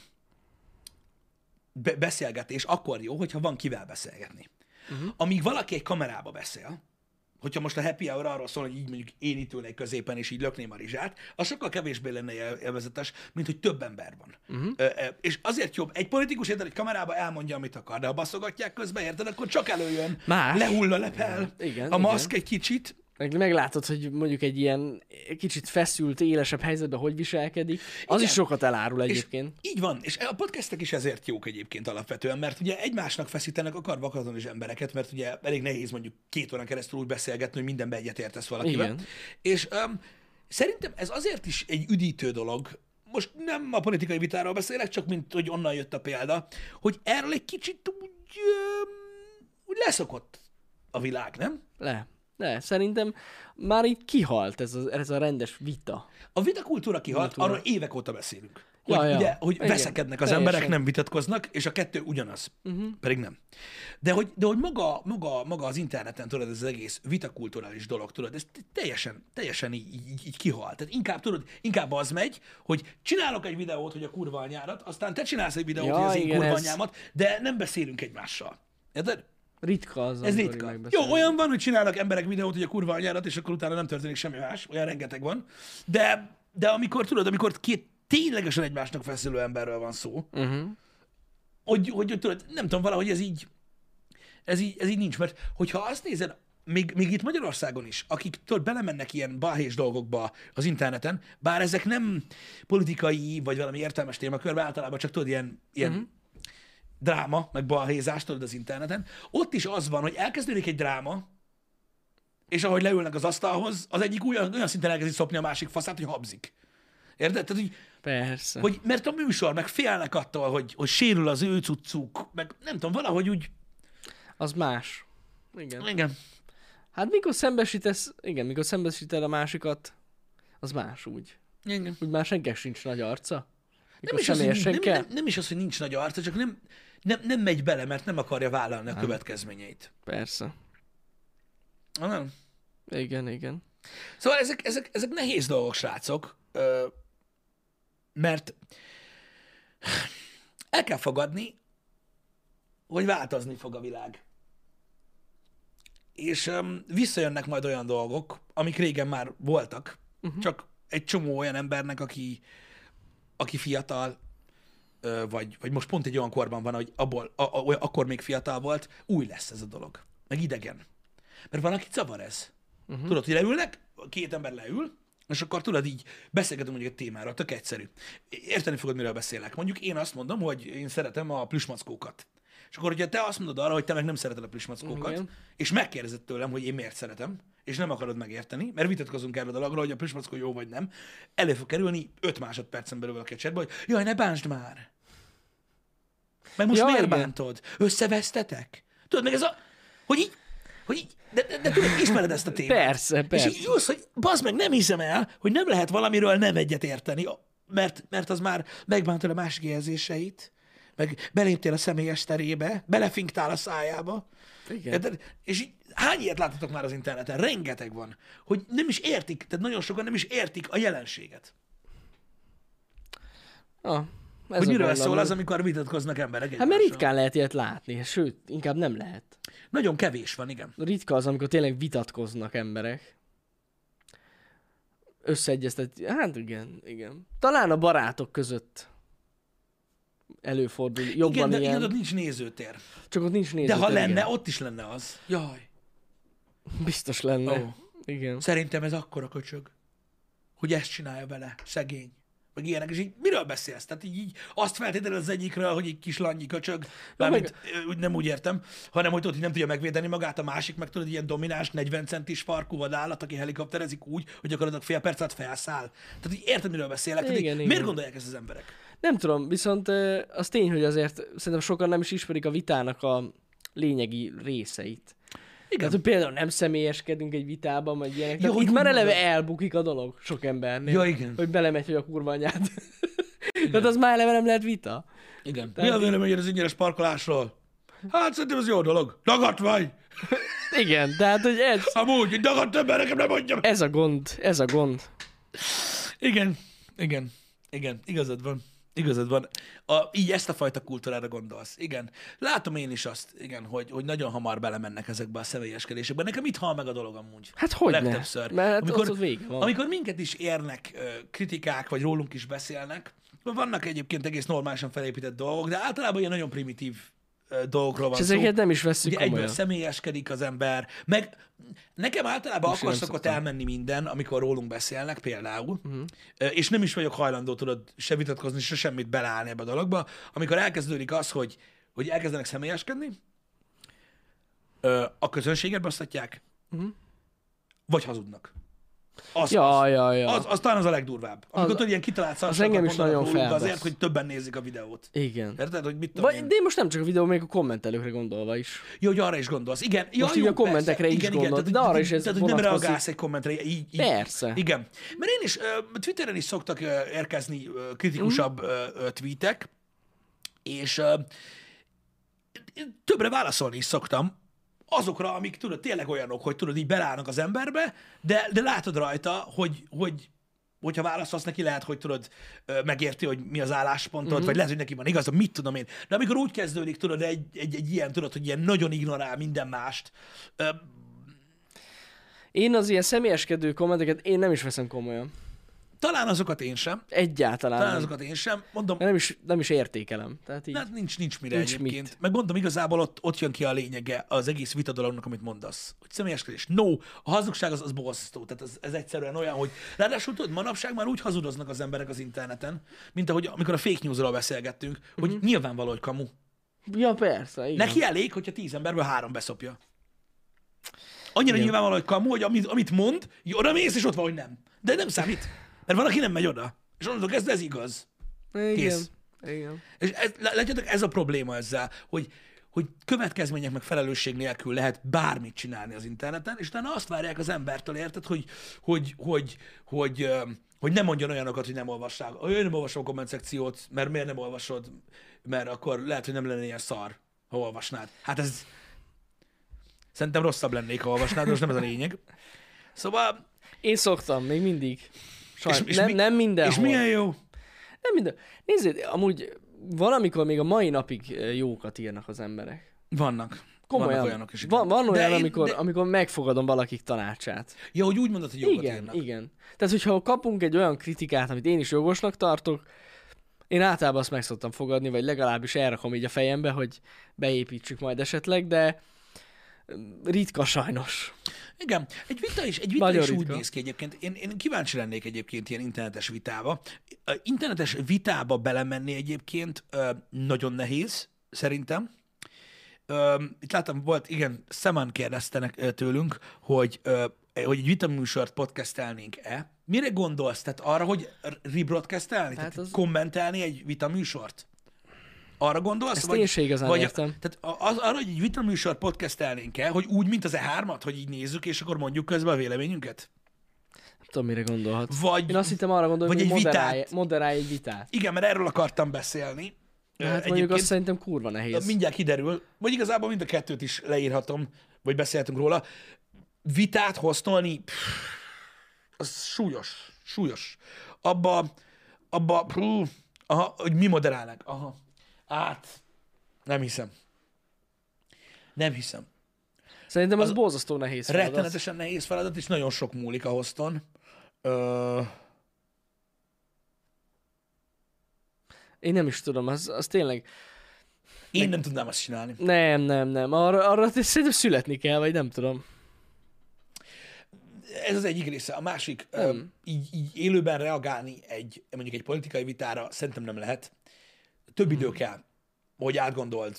be- beszélgetés akkor jó, hogyha van kivel beszélgetni. Uh-huh. Amíg valaki egy kamerába beszél, hogyha most a happy hour arról szól, hogy így mondjuk én itt ülnék középen, és így lökném a rizsát, az sokkal kevésbé lenne él- élvezetes, mint hogy több ember van. Uh-huh. Ö, ö, és azért jobb, egy politikus érted, egy kamerába elmondja, amit akar, de ha baszogatják közben, érted, akkor csak előjön, Más. lehull a lepel, Igen, a igen. maszk egy kicsit. Meg meglátod, hogy mondjuk egy ilyen kicsit feszült, élesebb helyzetben hogy viselkedik. Az Igen. is sokat elárul És egyébként. így van, és a podcastek is ezért jók egyébként alapvetően, mert ugye egymásnak feszítenek a karvakaton is embereket, mert ugye elég nehéz mondjuk két órán keresztül úgy beszélgetni, hogy mindenbe egyetértesz valakivel. Igen. És um, szerintem ez azért is egy üdítő dolog, most nem a politikai vitáról beszélek, csak mint hogy onnan jött a példa, hogy erről egy kicsit úgy, um, úgy leszokott a világ, nem? Le. Le. Szerintem már így kihalt ez a, ez a rendes vita. A vitakultúra kihalt, Kultúra. arról évek óta beszélünk. Hogy, Ja, ja. ugye, hogy Igen, veszekednek az teljesen. emberek, nem vitatkoznak, és a kettő ugyanaz. Uh-huh. Pedig nem. De hogy, de hogy maga, maga, maga az interneten, tudod, ez az egész vitakulturális dolog, tudod, ez teljesen, teljesen így, így, így kihalt. Tehát inkább, tudod, inkább az megy, hogy csinálok egy videót, hogy a kurva anyárat, aztán te csinálsz egy videót, Ja, hogy az én igen, kurva ez- anyámat, de nem beszélünk egymással. Érted? Ritka az, Ez amikor így ritka. megbeszéljük. Jó, olyan van, hogy csinálnak emberek videót, hogy a kurva anyárat, és akkor utána nem történik semmi más, olyan rengeteg van. De, de amikor tudod, amikor két ténylegesen egymásnak feszülő emberről van szó, Uh-huh. hogy, hogy, hogy tudod, nem tudom, valahogy ez így, ez így, ez így nincs, mert hogyha azt nézed, még, még itt Magyarországon is, akik tudod, belemennek ilyen balhés dolgokba az interneten, bár ezek nem politikai, vagy valami értelmes témakörbe, általában csak tudod, ilyen, ilyen uh-huh. dráma, meg balhézás, tudod, az interneten, ott is az van, hogy elkezdődik egy dráma, és ahogy leülnek az asztalhoz, az egyik olyan, olyan szinten elkezdi szopni a másik faszát, hogy habzik. Érted? Tehát, hogy Persze. hogy, mert a műsor, meg félnek attól, hogy, hogy sérül az ő cuccuk, meg nem tudom, valahogy úgy... Az más. Igen. Igen. Hát mikor szembesítesz, igen, mikor szembesíted a másikat, az más úgy. Igen. Úgy már senkinek sincs nagy arca. Nem Mikor is, az, hogy, személyesen nem, kell. nem, nem is az, hogy nincs nagy arca, csak nem, nem, nem megy bele, mert nem akarja vállalni a következményeit. Persze. Ah, nem? Igen, igen. Szóval ezek, ezek, ezek nehéz dolgok, srácok, ö, mert el kell fogadni, hogy változni fog a világ. És um, visszajönnek majd olyan dolgok, amik régen már voltak, uh-huh. csak egy csomó olyan embernek, aki, aki fiatal, vagy, vagy most pont egy olyan korban van, hogy abból, a, a, akkor még fiatal volt, új lesz ez a dolog. Meg idegen. Mert van, aki zavar ez. Uh-huh. Tudod, hogy leülnek, két ember leül, és akkor tudod így beszélgetünk mondjuk egy témára, tök egyszerű. Érteni fogod, miről beszélek. Mondjuk én azt mondom, hogy én szeretem a plüsmackókat. És akkor, hogyha te azt mondod arra, hogy te meg nem szereted a plüsmackókat, uh-huh. és megkérdezed tőlem, hogy én miért szeretem, és nem akarod megérteni, mert vitatkozunk erről a dologról, hogy a plüsmackó jó vagy nem, elő fog kerülni öt másodpercen belül a chatbe, hogy jaj, ne bántsd már! Meg most ja, miért igen. bántod? Összevesztetek? Tudod, meg ez a... Hogy így... Hogy így de, de, de tudod, ismered ezt a témát. Persze, persze. És így jössz, hogy bazd meg, nem hiszem el, hogy nem lehet valamiről nem egyet érteni, mert, mert az már megbántod a másik érzéseit, meg beléptél a személyes terébe, belefinktál a szájába. Igen. De, és így, hány ilyet láttatok már az interneten? Rengeteg van. Hogy nem is értik, tehát nagyon sokan nem is értik a jelenséget. Ah. Ez hogy miről szól az, amikor vitatkoznak emberek egymással. Hát mert ritkán lehet ilyet látni, sőt, inkább nem lehet. Nagyon kevés van, igen. Ritka az, amikor tényleg vitatkoznak emberek. Összeegyeztet, hát igen, igen. Talán a barátok között előfordul jobban igen, de ilyen. Igen, ott nincs nézőtér. Csak ott nincs nézőtér. De ha lenne, igen. ott is lenne az. Jaj. Biztos lenne. Oh. Igen. Szerintem ez akkora köcsög, hogy ezt csinálja vele, szegény. Meg ilyenek, és így miről beszélsz? Tehát így, így azt feltételez az egyikről, hogy egy kis lannyi köcsög, mármint meg... nem úgy értem, hanem hogy tudod, hogy nem tudja megvédeni magát, a másik meg tudod, ilyen domináns, negyven centis farkú vadállat, aki helikopterezik úgy, hogy gyakorlatilag fél perc alatt felszáll. Tehát így érted, miről beszélek? Tehát, igen, így, igen. Miért gondolják ezt az emberek? Nem tudom, viszont az tény, hogy azért szerintem sokan nem is ismerik a vitának a lényegi részeit. Igen. Tehát, hogy például nem személyeskedünk egy vitában, vagy ilyenek. Ja, itt már eleve elbukik a dolog sok embernél. Ja, igen. Hogy belemegy, hogy a kurva anyád. Tehát az már eleve nem lehet vita. Igen. Tehát... Mi a véleményed az ingyenes parkolásról? Hát szerintem ez jó dolog. Dagadt vagy! Igen, tehát, hogy ez... Amúgy, hogy dagadt ember, nekem nem mondjam. Ez a gond, ez a gond. Igen, igen, igen, igazad van. Igazad van. A, így ezt a fajta kultúrára gondolsz. Igen. Látom én is azt, igen, hogy, hogy nagyon hamar belemennek ezekbe a személyeskedésekbe. Nekem itt hal meg a dolog amúgy. Hát hogy legtöbbször. Ne? Mert amikor, ott vége van. amikor minket is érnek uh, kritikák, vagy rólunk is beszélnek, vannak egyébként egész normálisan felépített dolgok, de általában ilyen nagyon primitív uh, dolgokról van és szó. ezeket nem is veszük komolyan. Egyből személyeskedik az ember, meg nekem általában most akkor szokott szoktam. elmenni minden, amikor rólunk beszélnek például, uh-huh. és nem is vagyok hajlandó, tudod, se vitatkozni, se semmit beleállni ebbe a dologba, amikor elkezdődik az, hogy, hogy elkezdenek személyeskedni, a közönséget basztatják, uh-huh. vagy hazudnak. Az, ja, az, ja, ja. Az, az talán az a legdurvább. Amikor tudod, ilyen kitalált szarságokat mondanak rólunk felbasz. Azért, hogy többen nézik a videót. Igen. Érted, hogy mit tudom Vagy, de most nem csak a videó, még a kommentelőkre gondolva is. Jó, hogy arra is gondolsz. Igen. Ja, most jó, így a kommentekre persze. is igen, gondolt, igen, de arra is ez tehát, hogy nem reagálsz egy kommentre. Így, így. Persze. Igen. Mert én is, uh, Twitteren is szoktak uh, érkezni uh, kritikusabb uh, uh, tweetek, és uh, többre válaszolni is szoktam, azokra, amik tudod, tényleg olyanok, hogy tudod, így belállnak az emberbe, de, de látod rajta, hogy, hogy hogyha válaszolsz neki, lehet, hogy tudod, megérti, hogy mi az álláspontod, mm-hmm. vagy lehet, hogy neki van igaz, mit tudom én. De amikor úgy kezdődik, tudod, egy, egy, egy ilyen, tudod, hogy ilyen nagyon ignorál minden mást. Én az ilyen személyeskedő kommenteket én nem is veszem komolyan. Talán azokat én sem. Egyáltalán Talán nem. azokat én sem. Mondom, nem is, nem is értékelem. Tehát így hát nincs, nincs mire nincs egyébként. mit. Meg mondom, igazából ott, ott jön ki a lényege az egész vitadalomnak, amit mondasz. Hogy személyeskedés. No, a hazugság az, az borzasztó. Tehát ez, ez egyszerűen olyan, hogy ráadásul tudod, manapság már úgy hazudoznak az emberek az interneten, mint ahogy amikor a fake newsról beszélgettünk, hogy uh-huh. nyilvánvaló, hogy kamu. Ja, persze, igen. Neki elég, hogyha tíz emberből három beszopja. Annyira igen. nyilvánvaló, hogy kamu, hogy amit, amit mond, oda mész, és ott van, hogy nem. De nem számít. Mert van, aki nem megy oda. És onnantól kezdve ez igaz. Igen. Kész. Igen. És ez, látjátok, ez a probléma ezzel, hogy, hogy következmények meg felelősség nélkül lehet bármit csinálni az interneten, és utána azt várják az embertől, érted, hogy, hogy, hogy, hogy, hogy, hogy nem mondjon olyanokat, hogy nem olvassák. Én nem olvasom a komment szekciót, mert miért nem olvasod? Mert akkor lehet, hogy nem lenne ilyen szar, ha olvasnád. Hát ez... Szerintem rosszabb lennék, ha olvasnád, de most nem ez a lényeg. Szóval... Én szoktam, még mindig. Sajnos. És, és nem, mi, nem mindenhol. És milyen jó? Nem minden. Nézzéd, amúgy valamikor még a mai napig ö, jókat írnak az emberek. Vannak. Komolyan. Vannak olyanok is. Igen. Van, van De olyan, én- amikor, de- amikor megfogadom valakik tanácsát. Ja, hogy úgy mondod, hogy jogot Igen, írnak. igen. Tehát, hogyha kapunk egy olyan kritikát, amit én is jogosnak tartok, én általában azt meg szoktam fogadni, vagy legalábbis elrakom így a fejembe, hogy beépítsük majd esetleg, de ritka sajnos. Igen, egy vita is, egy vita Nagyon is úgy ritka. néz ki egyébként. Én, én kíváncsi lennék egyébként ilyen internetes vitába. Ö, Internetes vitába belemenni egyébként ö, nagyon nehéz, szerintem. Ö, Itt láttam, volt, igen, Szeman kérdeztenek ö, tőlünk, hogy, ö, hogy egy vitaműsort podcastelnénk-e. Mire gondolsz? Tehát arra, hogy rebroadcastelni? Tehát az- kommentelni egy vitaműsort? Arra gondolsz? Ezt én se igazán vagy értem. Tehát az, arra, hogy egy vitaműsort podcastelnénk el, hogy úgy, mint az e hármat, hogy így nézzük, és akkor mondjuk közben a véleményünket? Nem tudom, mire gondolhat. Vagy, Én azt hittem arra gondolom, vagy hogy egy moderálj, vitát. moderálj egy vitát. igen, mert erről akartam beszélni. Ö, Hát mondjuk azt szerintem kurva nehéz. mindjárt kiderül, vagy igazából mind a kettőt is leírhatom, vagy beszéltünk róla. Vitát hoztolni, pff, az súlyos, súlyos. Abba, abba, pff, aha, hogy mi moderálnak. Aha. Át. Nem hiszem. Nem hiszem. Szerintem az, az- borzasztó nehéz feladat. Rettenetesen nehéz feladat, és nagyon sok múlik a hozton. Ö, Én nem is tudom, az, az tényleg... én nem tudnám azt csinálni. Nem, nem, nem. Arra, arra szerintem születni kell, vagy nem tudom. Ez az egyik része. A másik, ö, Nem. így, így élőben reagálni egy, mondjuk egy politikai vitára szerintem nem lehet. Több idő kell, hogy átgondold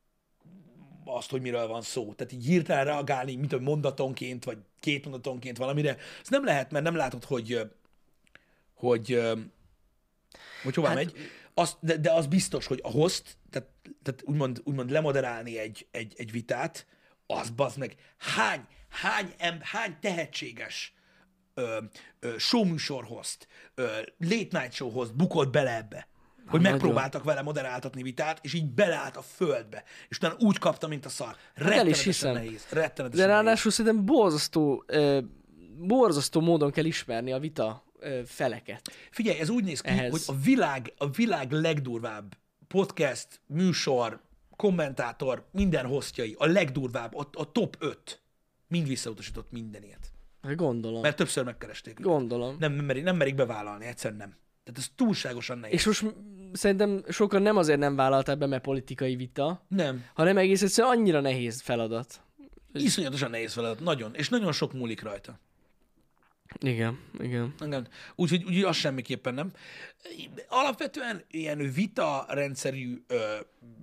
azt, hogy miről van szó. Tehát így hirtelen reagálni, mint hogy mondatonként, vagy két mondatonként valamire. Ez nem lehet, mert nem látod, hogy ö, hogy, ö, hogy hová Hát- megy. Azt, de, de az biztos, hogy a host, tehát, tehát úgymond, úgymond lemoderálni egy, egy, egy vitát, az bazd meg, hány, hány, em, hány tehetséges ö, ö, showműsor host, ö, late night show host bukott bele ebbe, hogy nagyon. megpróbáltak vele moderáltatni vitát, és így beleállt a földbe, és utána úgy kapta, mint a szar. el is Rettenetesen hiszem. nehéz. De Rettenetesen nehéz. ráadásul szerintem borzasztó, ö, borzasztó módon kell ismerni a vita ö, feleket. Figyelj, ez úgy néz ki, Ehhez. hogy a világ, a világ legdurvább podcast, műsor, kommentátor, minden hostjai, a legdurvább, a, a top öt, mind visszautasított mindenért. Gondolom. Mert többször megkeresték. őket. Gondolom. Nem, nem, merik, nem merik bevállalni, egyszerűen nem. Tehát ez túlságosan nehéz. És most m- szerintem sokan nem azért nem vállalták be, mert politikai vita, Nem. hanem egész egyszerűen annyira nehéz feladat. Iszonyatosan nehéz feladat, nagyon. És nagyon sok múlik rajta. Igen, igen. Igen. Úgyhogy úgy, az semmiképpen nem. Alapvetően ilyen vita rendszerű ö,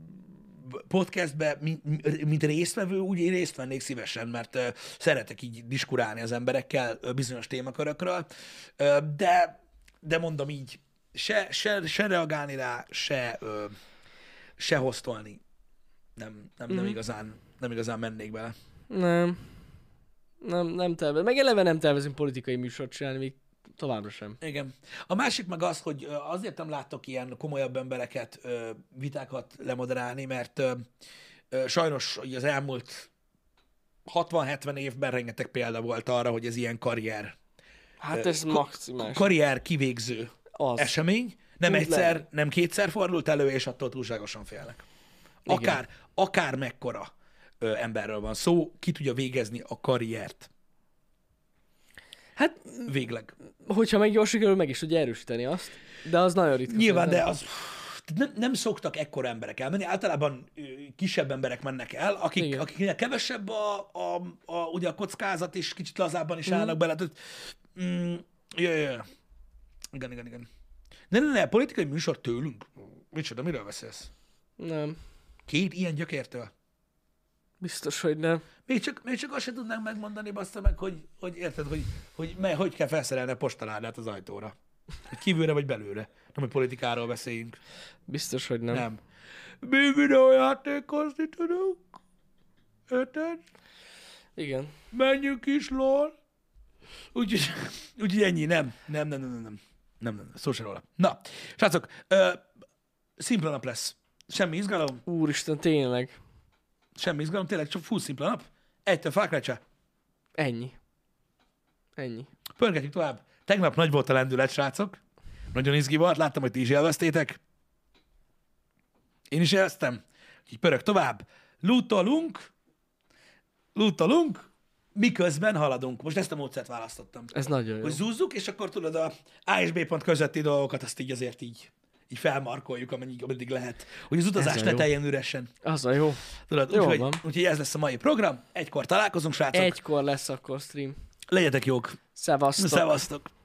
podcastbe, mint, mint résztvevő, úgy én részt vennék szívesen, mert ö, szeretek így diskurálni az emberekkel ö, bizonyos témakörökről, ö, de, de mondom így, se, se, se reagálni rá, se, ö, se hoztolni. Nem, nem, nem, Mhm. igazán, nem igazán mennék bele. Nem. Nem, nem tervez. Meg eleve nem tervezünk politikai műsort csinálni, még továbbra sem. Igen. A másik meg az, hogy ö, azért nem láttok ilyen komolyabb embereket, ö, vitákat lemoderálni, mert ö, ö, sajnos hogy az elmúlt hatvan-hetven évben rengeteg példa volt arra, hogy ez ilyen karrier, Hát Ö, ez ko- maximális. karrier kivégző Az. esemény. Nem Úgy egyszer, lehet. nem kétszer fordult elő, és attól túlságosan félnek. Akár, akár mekkora ö, emberről van szó, ki tudja végezni a karriert. Hát, Végleg. hogyha meg jól sikerül, meg is tudja erősíteni azt. De az nagyon ritka. Nyilván, de szerintem. az... Nem, nem szoktak ekkora emberek elmenni, általában ö, kisebb emberek mennek el, akik, Igen. akiknél kevesebb a, a, a, ugye a kockázat, és kicsit lazábban is Mhm. állnak bele. Tehát, mm, jö, jö, jö. Igen, igen, igen. Ne, ne, ne, politikai műsor tőlünk. Micsoda, miről beszélsz? Nem. Két ilyen gyökértől? Biztos, hogy nem. Még csak, még csak azt sem tudnánk megmondani, bassza meg, hogy, hogy érted, hogy, hogy, hogy, hogy kell felszerelni a postaládát az ajtóra. Hogy kívülre vagy belőle. Nem, hogy politikáról beszéljünk. Biztos, hogy nem. Nem. Mi videójátékozni tudunk? Érted? Igen. Menjünk is, lol. Úgyhogy, úgyhogy ennyi, nem. Nem, nem, nem, nem, nem. Nem, nem, szó se róla. Na, srácok, ö, szimpla nap lesz. Semmi izgalom, Úristen, tényleg. semmi izgalom, tényleg csak full szimpla nap. Egytől fákrácsa. Ennyi. Ennyi. Pörgetjük tovább. Tegnap nagy volt a lendület, srácok. Nagyon izgi volt, láttam, hogy ti is élveztétek. Én is éreztem. Így pörög tovább. Lootolunk, lootolunk, miközben haladunk. Most ezt a módszert választottam. Ez nagyon jó. Hogy zúzzuk, és akkor tudod, a A és B pont közötti dolgokat azt így azért így, így felmarkoljuk, ameddig, ameddig lehet. Hogy az utazás Ez a ne jó. teljen üresen. Az a jó. Tudod, Jó úgyhogy, van. úgyhogy ez lesz a mai program. Egykor találkozunk, srácok. Egykor lesz akkor stream. Legyetek jók. Szevasztok. Szevasztok.